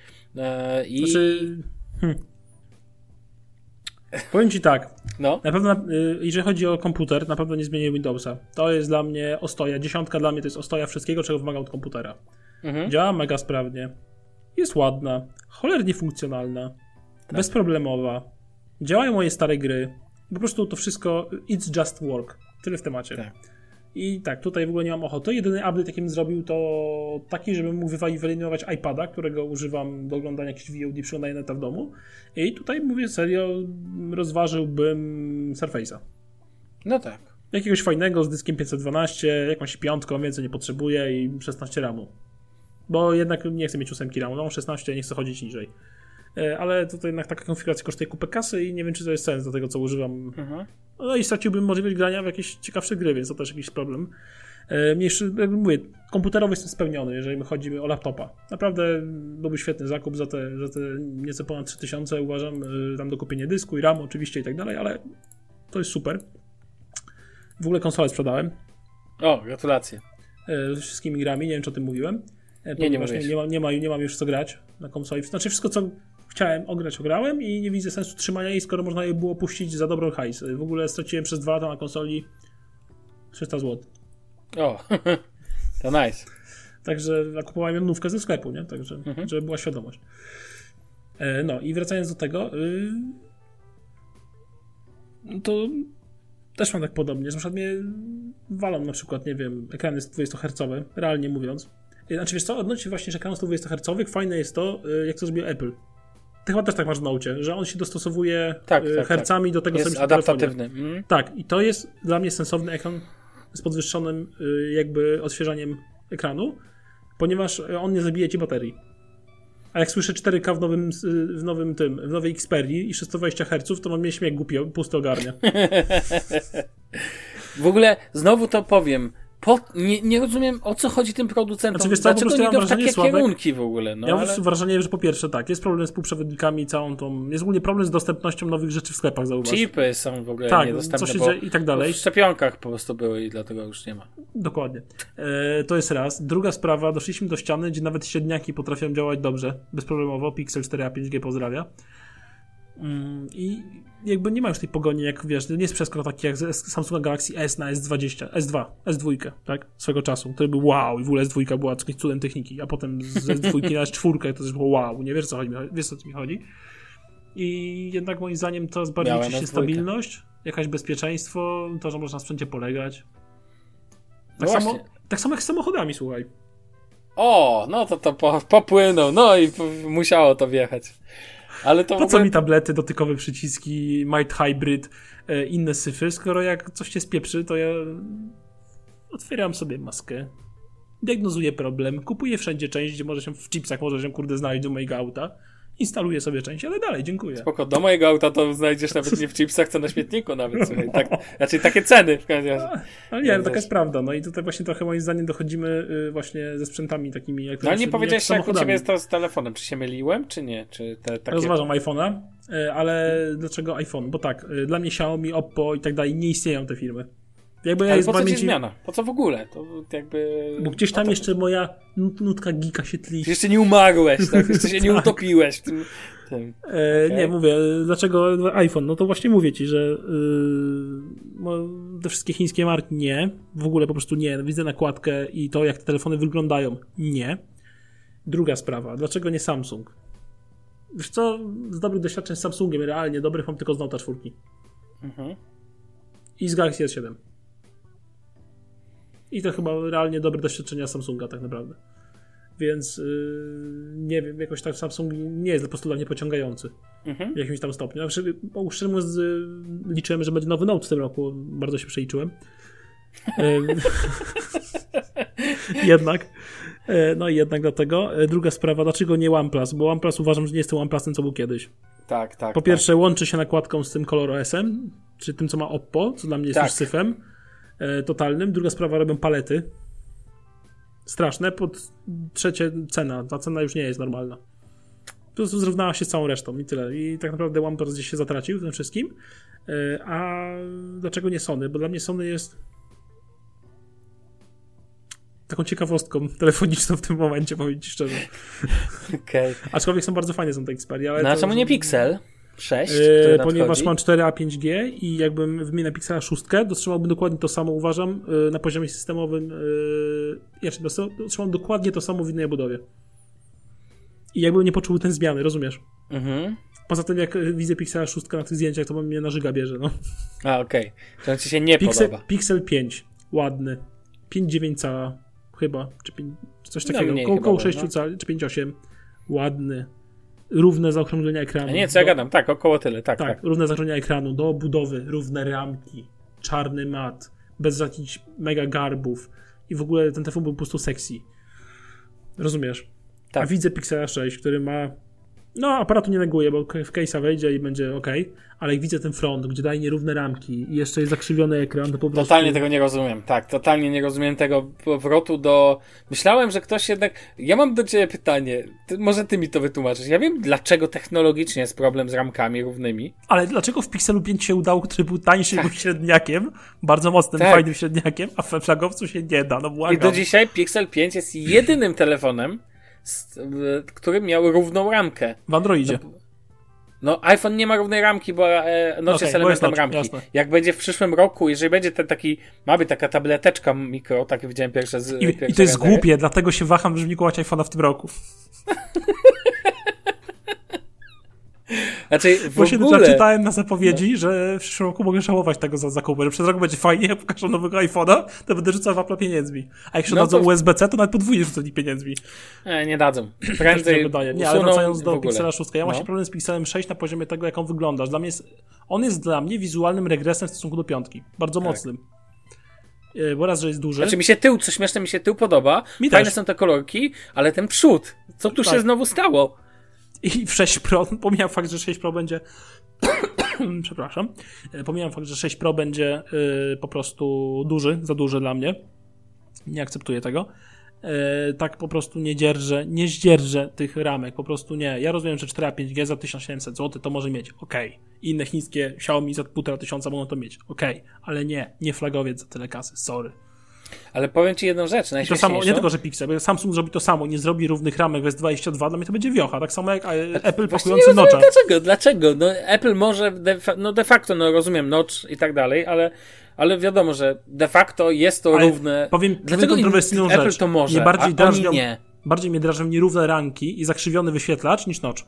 Powiem ci tak. No. Na pewno, jeżeli chodzi o komputer, na pewno nie zmienię Windowsa. To jest dla mnie ostoja. 10 dla mnie to jest ostoja wszystkiego, czego wymaga od komputera. Działa mega sprawnie. Jest ładna, cholernie funkcjonalna, bezproblemowa. Działają moje stare gry. Po prostu to wszystko, it's just work. Tyle w temacie. Tak. I tak, tutaj w ogóle nie mam ochoty. Jedyny update, jaki bym zrobił, to taki, żebym mógł wyeliminować iPada, którego używam do oglądania jakichś VOD, przeglądania neta w domu. I tutaj mówię serio, rozważyłbym Surface'a. No tak. Jakiegoś fajnego z dyskiem 512, jakąś 5, więcej nie potrzebuję i 16 RAMu. Bo jednak nie chcę mieć 8 RAMu, mam 16, nie chcę chodzić niżej. Ale to jednak taka konfiguracja kosztuje kupę kasy i nie wiem, czy to jest sens do tego, co używam. No i straciłbym możliwość grania w jakieś ciekawsze gry, więc to też jakiś problem. Jak mówię, komputerowo jestem spełniony, jeżeli chodzi o laptopa. Naprawdę byłby świetny zakup za te nieco ponad 3000, uważam, tam dokupienie dysku i RAMu oczywiście i tak dalej, ale to jest super. W ogóle konsolę sprzedałem. O, gratulacje. Z wszystkimi grami, nie wiem, czy o tym mówiłem. Nie mam już co grać na konsoli. Znaczy wszystko, co chciałem ograłem i nie widzę sensu trzymania jej, skoro można je było puścić za dobrą hajs. W ogóle straciłem przez 2 lata na konsoli 300 zł. O, to nice. Także kupowałem jednówkę ze sklepu, nie? Także, żeby była świadomość. No i wracając do tego, to też mam tak podobnie, że na przykład mnie walą na przykład, nie wiem, ekrany 20 Hz, realnie mówiąc. Znaczy wiesz co, odnośnie właśnie, że ekran 120 Hz, fajne jest to, jak to zrobił Apple. Ty chyba też tak masz w Nocie, że on się dostosowuje hercami do tego, co jest adaptatywny. Tak, i to jest dla mnie sensowny ekran z podwyższonym jakby odświeżaniem ekranu, ponieważ on nie zabije ci baterii. A jak słyszę 4K w nowej Xperii i 620 Hz, to mam mnie śmiech głupi, pusty ogarnia. W ogóle znowu to powiem. Nie rozumiem, o co chodzi tym producentom. Znaczy, dlaczego nie idą w takie kierunki w ogóle? No, ja mam wrażenie, że po pierwsze tak, jest problem z półprzewodnikami, jest ogólnie problem z dostępnością nowych rzeczy w sklepach, zauważ. Chipy są w ogóle niedostępne, co się dzieje i tak dalej. W szczepionkach po prostu były i dlatego już nie ma. Dokładnie. To jest raz. Druga sprawa, doszliśmy do ściany, gdzie nawet średniaki potrafią działać dobrze, bezproblemowo. Pixel 4a 5G pozdrawia. I jakby nie ma już tej pogoni, jak wiesz, nie jest przeskok taki jak z Samsunga Galaxy S na S2, tak? Swego czasu. To był wow i w ogóle S2 była jakimś cudem techniki, a potem z S2 na S4 to też było wow, nie wiesz, o co mi chodzi. I jednak moim zdaniem to jest bardziej liczy się stabilność, jakaś bezpieczeństwo, to, że można na sprzęcie polegać. Tak samo jak z samochodami, słuchaj. O, no to popłynął, no i musiało to wjechać. Ale to po co mi tablety, dotykowe przyciski, Might Hybrid, inne syfy, skoro jak coś cię spieprzy, to ja otwieram sobie maskę, diagnozuję problem, kupuję wszędzie część, gdzie w chipsach może się znaleźć do mojego auta, instaluję sobie część, ale dalej, dziękuję. Spoko, do mojego auta to znajdziesz nawet nie w chipsach, co na śmietniku nawet, słuchaj. Tak, raczej takie ceny w każdym razie. Ale nie, taka jest prawda, no i tutaj właśnie trochę moim zdaniem dochodzimy właśnie ze sprzętami takimi jak... No ale nie powiedziałeś, jak u ciebie jest to z telefonem, czy się myliłem, czy nie? Czy takie... Rozważam iPhone'a, ale dlaczego iPhone? Bo tak, dla mnie Xiaomi, Oppo i tak dalej nie istnieją te firmy. Ale po co ci zmiana? Po co w ogóle? To jakby... Bo gdzieś tam jeszcze moja nutka geeka się tli. Jeszcze nie umarłeś, tak? Jeszcze się nie utopiłeś w tym. Okay. Nie, mówię, dlaczego iPhone? No to właśnie mówię ci, że te wszystkie chińskie marki nie. W ogóle po prostu nie. Widzę nakładkę i to, jak te telefony wyglądają. Nie. Druga sprawa. Dlaczego nie Samsung? Wiesz co? Z dobrych doświadczeń z Samsungiem realnie dobrych mam tylko z Note 4. I z Galaxy S7. I to chyba realnie dobre doświadczenia Samsunga tak naprawdę. Więc nie wiem, jakoś tak Samsung nie jest po prostu dla mnie pociągający w jakimś tam stopniu. Znaczy, szczerze mówiąc, liczyłem, że będzie nowy Note w tym roku. Bardzo się przeliczyłem. Jednak dlatego. Druga sprawa, dlaczego nie OnePlus? Bo OnePlus uważam, że nie jest tym OnePlusem, co był kiedyś. Tak. Po pierwsze, łączy się nakładką z tym ColorOS-em, czy tym, co ma Oppo, co dla mnie jest już syfem totalnym. Druga sprawa, robią palety. Straszne. Trzecie, cena. Ta cena już nie jest normalna. Po prostu zrównała się z całą resztą i tyle. I tak naprawdę OnePlus gdzieś się zatracił w tym wszystkim. A dlaczego nie Sony? Bo dla mnie Sony jest taką ciekawostką telefoniczną w tym momencie, powiem ci szczerze. Okay. Aczkolwiek są bardzo fajne, są te Xperia. Ale a czemu nie Pixel 6? Ponieważ mam 4A 5G i jakbym wymienił Pixela 6, dotrzymałbym dokładnie to samo, uważam, na poziomie systemowym. Dotrzymam dokładnie to samo w innej obudowie. I jakbym nie poczuł ten zmiany, rozumiesz? Poza tym, jak widzę Pixela 6 na tych zdjęciach, to mnie na żyga bierze, no. A, okej. To ci się nie podoba. Pixel 5, ładny. 5,9 cala, chyba, czy coś takiego. Koło 6 cali, czy 5,8. Ładny. Równe zaokrąglenia ekranu. Nie, co ja gadam, tak, około tyle, tak. Równe zaokrąglenia ekranu, do obudowy, równe ramki, czarny mat, bez jakichś mega garbów i w ogóle ten telefon był po prostu sexy. Rozumiesz? Tak. A widzę Pixela 6, który ma No, aparatu nie neguję, bo w case'a wejdzie i będzie ok, ale jak widzę ten front, gdzie daje nierówne ramki i jeszcze jest zakrzywiony ekran, to po prostu... Totalnie tego nie rozumiem, tak, totalnie nie rozumiem tego powrotu do... Myślałem, że ktoś jednak... Ja mam do ciebie pytanie, może ty mi to wytłumaczysz. Ja wiem, dlaczego technologicznie jest problem z ramkami równymi. Ale dlaczego w Pixelu 5 się udało, który był tańszy, był średniakiem, bardzo mocnym, fajnym średniakiem, a w flagowcu się nie da, no błagam. I do dzisiaj Pixel 5 jest jedynym telefonem, który miał równą ramkę. W Androidzie. No, iPhone nie ma równej ramki, bo Notch jest elementem ramki. Jasne. Jak będzie w przyszłym roku, jeżeli będzie ten taki, ma być taka tableteczka mikro, takie widziałem pierwsze z... I to jest głupie, dlatego się waham, żeby nie kupować iPhone'a w tym roku. Znaczy, bo się doczytałem na zapowiedzi, że w przyszłym roku mogę żałować tego za zakupy, że przez rok będzie fajnie, jak pokażą nowego iPhone'a, to będę rzucał w Apple pieniędzmi. A jak się dadzą USB-C, to nawet podwójnie rzucą pieniędzmi. Nie dadzą. Prędzej nie, ale wracając do Pixela 6, ja mam właśnie problem z Pixelem 6 na poziomie tego, jak on wygląda. On jest dla mnie wizualnym regresem w stosunku do 5. Bardzo mocnym. Bo raz, że jest duży. Znaczy co śmieszne, mi się tył podoba. Fajne są te kolorki, ale ten przód. Co tu się znowu stało? I w 6 Pro, pomijam fakt, że 6 Pro będzie przepraszam, pomijam fakt, że 6 Pro będzie po prostu za duży dla mnie. Nie akceptuję tego. Tak po prostu nie zdzierżę tych ramek, po prostu nie. Ja rozumiem, że 4,5G za 1700 zł to może mieć, okej. Inne chińskie Xiaomi za 1500 mogą to mieć, okej. Ale nie flagowiec za tyle kasy, sorry. Ale powiem ci jedną rzecz, to samo, nie tylko, że Pixel, bo Samsung zrobi to samo, nie zrobi równych ramek w S22, dla mnie to będzie wiocha, tak samo jak Apple pakujący Notcha. Dlaczego? No Apple może de facto, rozumiem Notch i tak dalej, ale wiadomo, że de facto jest to równe. Powiem kontrowersyjną rzecz. Apple to może, bardziej mnie drażnią nierówne ramki i zakrzywiony wyświetlacz niż Notch.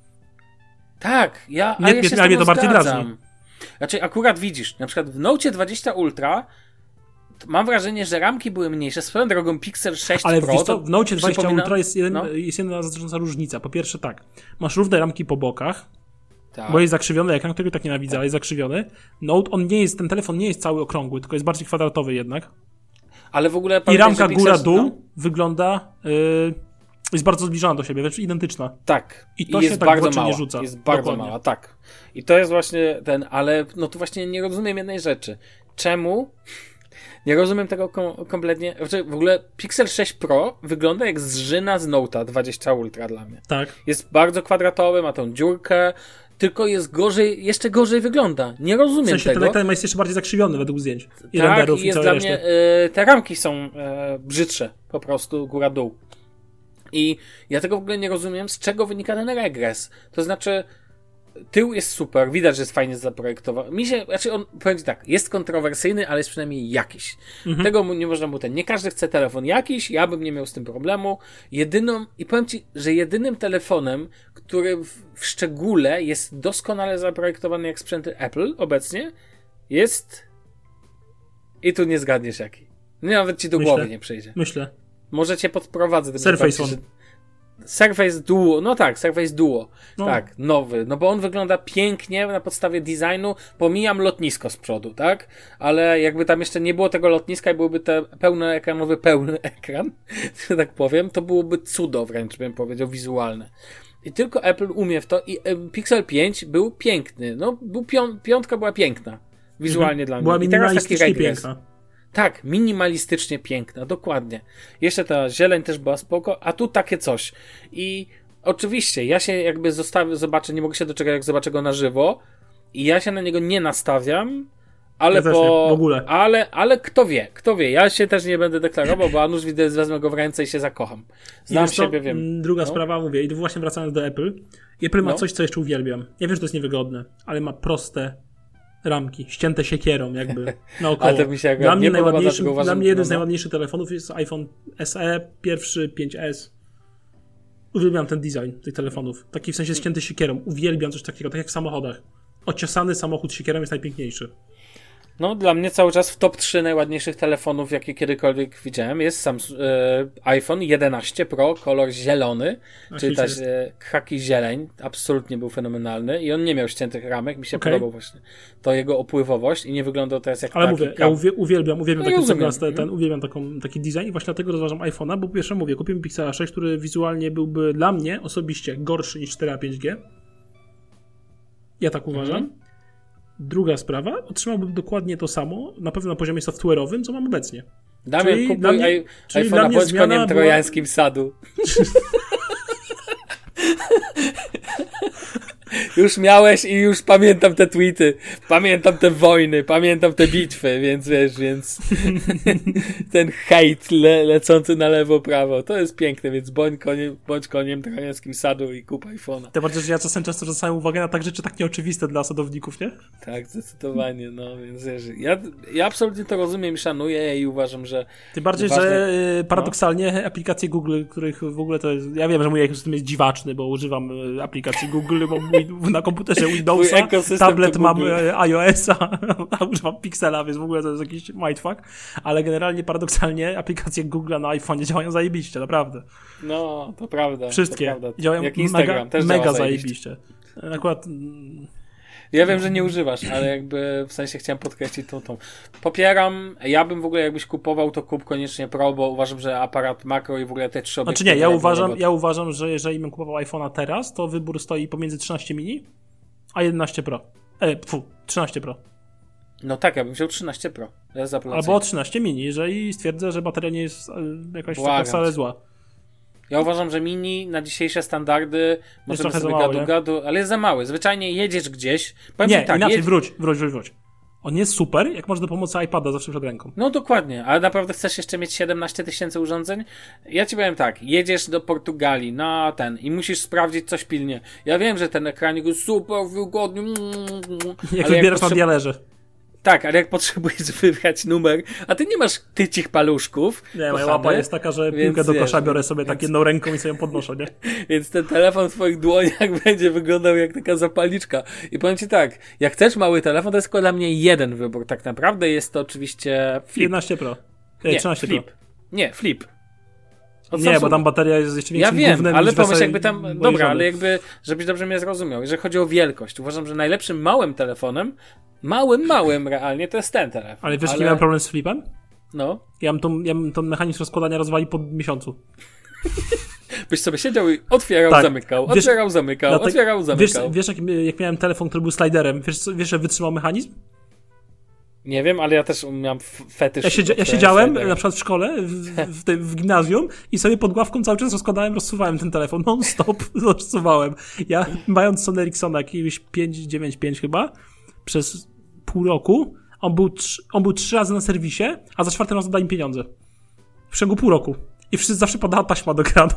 Tak, ja się mnie to bardziej drażni. Znaczy akurat widzisz, na przykład w Note 20 Ultra mam wrażenie, że ramki były mniejsze. Swoją drogą Pixel 6 ale Pro... Ale w Note 20 Ultra jest jedna znacząca różnica. Po pierwsze tak, masz równe ramki po bokach, bo jest zakrzywiony ekran, którego tak nienawidzę, ale jest zakrzywiony. Note, ten telefon nie jest cały okrągły, tylko jest bardziej kwadratowy jednak. Ale w ogóle... I ramka góra-dół wygląda... jest bardzo zbliżona do siebie, wręcz identyczna. Tak. I to się tak w oczy nie rzuca. Jest bardzo mała, tak. I to jest właśnie ale tu właśnie nie rozumiem jednej rzeczy. Czemu... Nie rozumiem tego kompletnie. W ogóle Pixel 6 Pro wygląda jak zżyna z Note'a 20 Ultra dla mnie. Tak. Jest bardzo kwadratowy, ma tą dziurkę, tylko jest jeszcze gorzej wygląda. Nie rozumiem tego. W sensie ten ekran jest jeszcze bardziej zakrzywiony według zdjęć. I renderów, i dla mnie te ramki są brzydsze, po prostu góra-dół. I ja tego w ogóle nie rozumiem, z czego wynika ten regres. To znaczy... Tył jest super, widać, że jest fajnie zaprojektowany. On powiem tak, jest kontrowersyjny, ale jest przynajmniej jakiś. Tego nie można mu nie każdy chce telefon jakiś, ja bym nie miał z tym problemu. I powiem ci, że jedynym telefonem, który w szczególe jest doskonale zaprojektowany jak sprzęty Apple obecnie, jest... I tu nie zgadniesz jaki. Nawet ci do głowy nie przyjdzie. Myślę. Może cię podprowadzę. Surface One. Surface Duo, Surface Duo, tak, nowy, bo on wygląda pięknie na podstawie designu, pomijam lotnisko z przodu, tak, ale jakby tam jeszcze nie było tego lotniska i byłby pełny ekran, że tak powiem, to byłoby cudo wręcz, bym powiedział, wizualne. I tylko Apple umie w to i Pixel 5 był piękny, piątka była piękna, wizualnie dla mnie. Była minimalistycznie piękna. Tak, minimalistycznie piękna, dokładnie. Jeszcze ta zieleń też była spoko, a tu takie coś. I oczywiście, ja się jakby zobaczę, nie mogę się doczekać, jak zobaczę go na żywo i ja się na niego nie nastawiam, ale ja w ogóle. Ale kto wie, ja się też nie będę deklarował, bo a nuż widzę, wezmę go w ręce i się zakocham. Znam siebie, wiem. Druga sprawa, mówię, i właśnie wracając do Apple. Apple ma coś, co jeszcze uwielbiam. Ja wiem, że to jest niewygodne, ale ma proste ramki, ścięte siekierą jakby naokoło. Ale to mi się dla mnie jeden z najładniejszych telefonów jest iPhone SE, pierwszy 5S. Uwielbiam ten design tych telefonów. Taki w sensie ścięty siekierą. Uwielbiam coś takiego, tak jak w samochodach. Ociosany samochód siekierą jest najpiękniejszy. No, dla mnie cały czas w top 3 najładniejszych telefonów, jakie kiedykolwiek widziałem, jest iPhone 11 Pro, kolor zielony, czyli też khaki zieleń, absolutnie był fenomenalny i on nie miał ściętych ramek, mi się podobał właśnie to jego opływowość i nie wyglądał teraz jak ale mówię, ja uwielbiam uwielbiam taki design i właśnie dlatego rozważam iPhone'a, bo po pierwsze mówię, kupiłem Pixela 6, który wizualnie byłby dla mnie osobiście gorszy niż 4A 5G. Ja tak uważam. Druga sprawa, otrzymałbym dokładnie to samo, na pewno na poziomie software'owym, co mam obecnie. Damian, kupuj iPhone'a, bądź koniem trojańskim sadu. Już miałeś i już pamiętam te tweety, pamiętam te wojny, pamiętam te bitwy, więc ten hejt lecący na lewo, prawo, to jest piękne, więc bądź koniem trojańskim sadu i kup iPhone'a. Tym bardziej, że ja czasem często zwracam uwagę na tak rzeczy tak nieoczywiste dla sadowników, nie? Tak, zdecydowanie, no, więc ja absolutnie to rozumiem i szanuję i uważam, że... Tym bardziej, że paradoksalnie aplikacje Google, których w ogóle to jest... Ja wiem, że mój ekosystem jest dziwaczny, bo używam aplikacji Google, bo na komputerze Windowsa, tablet mam iOS-a, a używam Pixela, więc w ogóle to jest jakiś mindfuck, ale generalnie paradoksalnie aplikacje Google na iPhone działają zajebiście, naprawdę. No, to prawda. Wszystkie. To prawda. Działają jak Instagram, też mega zajebiście. Akurat... Ja wiem, że nie używasz, ale jakby w sensie chciałem podkreślić tą. Popieram, ja bym w ogóle jakbyś kupował, to kup koniecznie Pro, bo uważam, że aparat makro i w ogóle te 3 obiektywy... Znaczy nie, ja uważam, że jeżeli bym kupował iPhone'a teraz, to wybór stoi pomiędzy 13 mini a 11 Pro. 13 Pro. No tak, ja bym wziął 13 Pro. Albo 13 mini, jeżeli stwierdzę, że bateria nie jest jakaś taka wcale zła. Ja uważam, że mini na dzisiejsze standardy możemy sobie gadu, ale jest za mały. Zwyczajnie jedziesz gdzieś. Inaczej, wróć. On jest super, jak masz do pomocy iPada zawsze przed ręką. No dokładnie, ale naprawdę chcesz jeszcze mieć 17 000 urządzeń? Ja ci powiem tak, jedziesz do Portugalii i musisz sprawdzić coś pilnie. Ja wiem, że ten ekranik jest super wygodny. Jak wybierasz na dialerze. Tak, ale jak potrzebujesz wybrać numer, a ty nie masz tycich paluszków. Nie, moja łapa jest taka, że piłkę do kosza biorę sobie tak jedną ręką i sobie ją podnoszę, nie? Więc ten telefon w twoich dłoniach będzie wyglądał jak taka zapalniczka. I powiem ci tak, jak chcesz mały telefon, to jest tylko dla mnie jeden wybór. Tak naprawdę jest to oczywiście Flip. 11 Pro. 13 Flip. Pro. Nie, Flip. Nie, bo tam bateria jest jeszcze większym gównem. Ja wiem, ale pomyśl jakby tam... Dobra, ale jakby, żebyś dobrze mnie zrozumiał. Jeżeli chodzi o wielkość, uważam, że najlepszym małym telefonem, małym realnie, to jest ten telefon. Ale wiesz, jaki miałem problem z Flipem? No. Ja bym ten mechanizm rozkładania rozwalił po miesiącu. Byś sobie siedział i otwierał, zamykał. Wiesz jak miałem telefon, który był sliderem, wiesz, że wytrzymał mechanizm? Nie wiem, ale ja też miałem fetysz. Ja siedziałem na przykład w szkole, w gimnazjum i sobie pod ławką cały czas rozsuwałem ten telefon, non-stop rozsuwałem. Ja, mając Sony Ericssona jakiegoś 595 chyba, przez pół roku, on był 3 razy na serwisie, a za 4 razem dali mi pieniądze. W ciągu pół roku. I zawsze padała taśma do ekranu.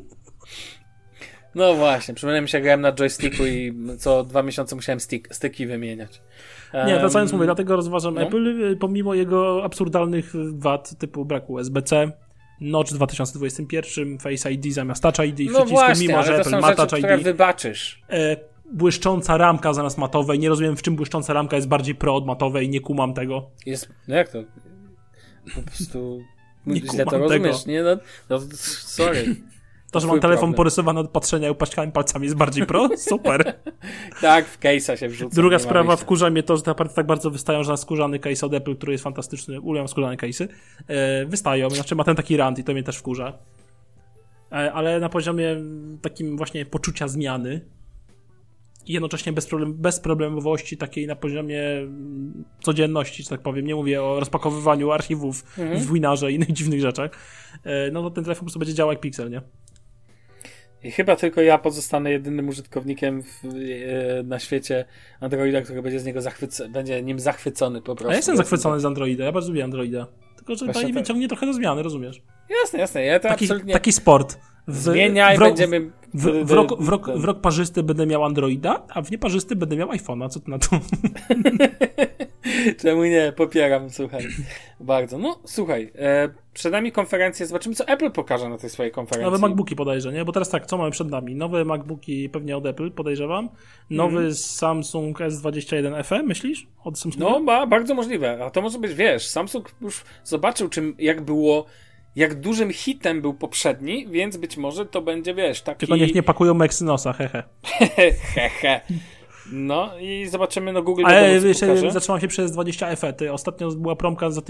No właśnie, mi się, grałem na joysticku i co 2 miesiące musiałem styki wymieniać. Nie, wracając mówię, dlatego rozważam Apple, pomimo jego absurdalnych wad typu braku USB-C, Notch w 2021, Face ID zamiast Touch ID, mimo że Apple ma Touch ID. Które wybaczysz. Błyszcząca ramka zamiast matowej. Nie rozumiem, w czym błyszcząca ramka jest bardziej pro od matowej, nie kumam tego. No jak to? Po prostu źle to rozumiesz, nie? No, sorry. To, że mam telefon porysowany od patrzenia i upaśkałem palcami jest bardziej pro? Super. Tak, w case'a się wrzuca. Druga sprawa, wkurza mnie to, że te aparaty tak bardzo wystają, że na skórzany case od Apple, który jest fantastyczny, uwielbiam skórzane case'y, wystają. Znaczy ma ten taki rant i to mnie też wkurza. Ale na poziomie takim właśnie poczucia zmiany i jednocześnie bezproblemowości takiej na poziomie codzienności, że tak powiem. Nie mówię o rozpakowywaniu archiwów w Winarze i innych dziwnych rzeczach. No to ten telefon po prostu będzie działał jak Pixel, nie? I chyba tylko ja pozostanę jedynym użytkownikiem na świecie Androida, który będzie nim zachwycony po prostu. A ja jestem zachwycony z Androida, ja bardzo lubię Androida. Tylko, że to nie ciągnie trochę do zmiany, rozumiesz? Jasne, ja to absolutnie... Taki sport. Zmieniaj, będziemy... W rok parzysty będę miał Androida, a w nieparzysty będę miał iPhone'a. Co ty na to? Czemu nie? Popieram, słuchaj. Bardzo. No, słuchaj, przed nami konferencja, zobaczymy, co Apple pokaże na tej swojej konferencji. Nowe MacBooki podejrzę, nie? Bo teraz tak, co mamy przed nami? Nowe MacBooki pewnie od Apple, podejrzewam. Nowy Samsung S21 FE, myślisz? Od Samsunga? No, bardzo możliwe. A to może być, wiesz, Samsung już zobaczył, jak dużym hitem był poprzedni, więc być może to będzie, wiesz, taki... Tylko niech nie pakują Exynosa, hehe. Hehe. No i zobaczymy, no Google... Ale jeszcze zatrzymał się przez 20 FE. Ostatnio była promka za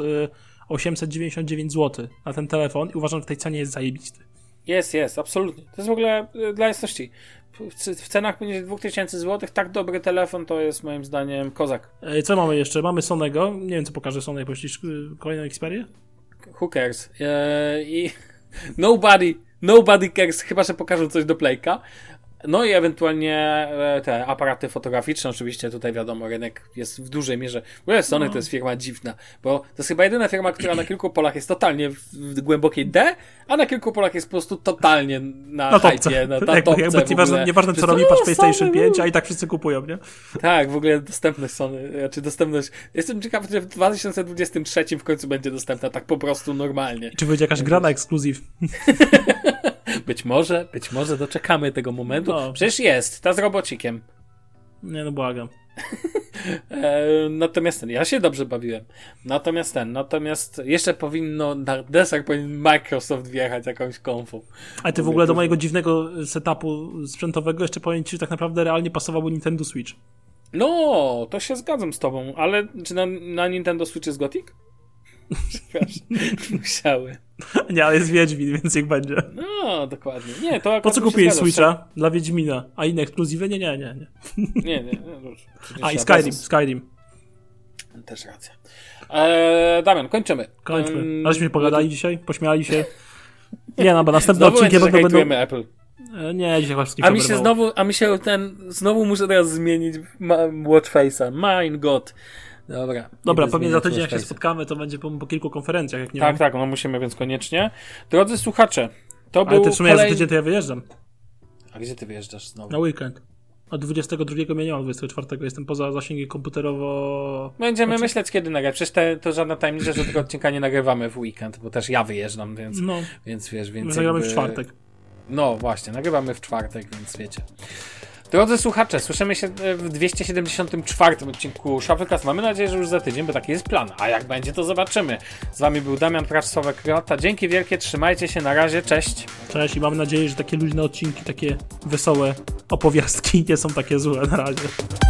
1899 zł na ten telefon i uważam, że w tej cenie jest zajebisty. Jest, absolutnie. To jest w ogóle dla jasności. W cenach poniżej 2000 zł tak dobry telefon to jest moim zdaniem kozak. Co mamy jeszcze? Mamy Sonego. Nie wiem, co pokaże Sony. Poślisz kolejną Xperię? Who cares? I nobody cares, chyba że pokażą coś do Playka. No i ewentualnie te aparaty fotograficzne, oczywiście tutaj wiadomo, rynek jest w dużej mierze. W ogóle Sony to jest firma dziwna, bo to jest chyba jedyna firma, która na kilku polach jest totalnie w głębokiej D, a na kilku polach jest po prostu totalnie na hypie, na topce. Jakby nieważne co robi, patrz PlayStation 5, a i tak wszyscy kupują, nie? Tak, w ogóle dostępność Sony, dostępność. Jestem ciekaw, że w 2023 w końcu będzie dostępna tak po prostu normalnie. Czy wyjdzie jakaś gra na ekskluzyw? Być może doczekamy tego momentu. No. Przecież jest, ta z robocikiem. Nie, no błagam. Natomiast ja się dobrze bawiłem. Natomiast jeszcze powinno, na deser powinien Microsoft wjechać jakąś konfą. Ale ty w ogóle do mojego dziwnego setupu sprzętowego jeszcze powiem ci, że tak naprawdę realnie pasowałby Nintendo Switch. No, to się zgadzam z tobą, ale czy na Nintendo Switch jest Gothic? Musiały. Nie, ale jest Wiedźmin, więc niech będzie. No, dokładnie. Nie, to po co kupiłeś Switcha? Dla Wiedźmina. A inne ekskluzywy? Nie. Nie. A i Skyrim. Też racja. Damian, kończymy. Aleśmy pogadali dzisiaj? Pośmiali się? Nie, no bo następne odcinki będą... Apple. Nie, dzisiaj właśnie A mi się znowu muszę teraz zmienić Watchface'a. My God. Dobra, pewnie za tydzień jak się spotkamy, to będzie po kilku konferencjach, jak nie Tak, no musimy, więc koniecznie. Drodzy słuchacze, to był Ale w sumie ja za tydzień to ja wyjeżdżam. A gdzie ty wyjeżdżasz znowu? Na weekend. Od 22 mnie nie mam, 24 jestem poza zasięgiem komputerowo... Będziemy myśleć, kiedy nagrać. Przecież to żadna tajemnica, że tego odcinka nie nagrywamy w weekend, bo też ja wyjeżdżam, więc wiesz... Więc nagramy w czwartek. No właśnie, nagrywamy w czwartek, więc wiecie. Drodzy słuchacze, słyszymy się w 274 odcinku Shufflecast. Mamy nadzieję, że już za tydzień, bo taki jest plan. A jak będzie, to zobaczymy. Z wami był Damian Pracz-Sławek-Rota. Dzięki wielkie, trzymajcie się, na razie, cześć. Cześć i mam nadzieję, że takie luźne odcinki, takie wesołe opowiastki nie są takie złe na razie.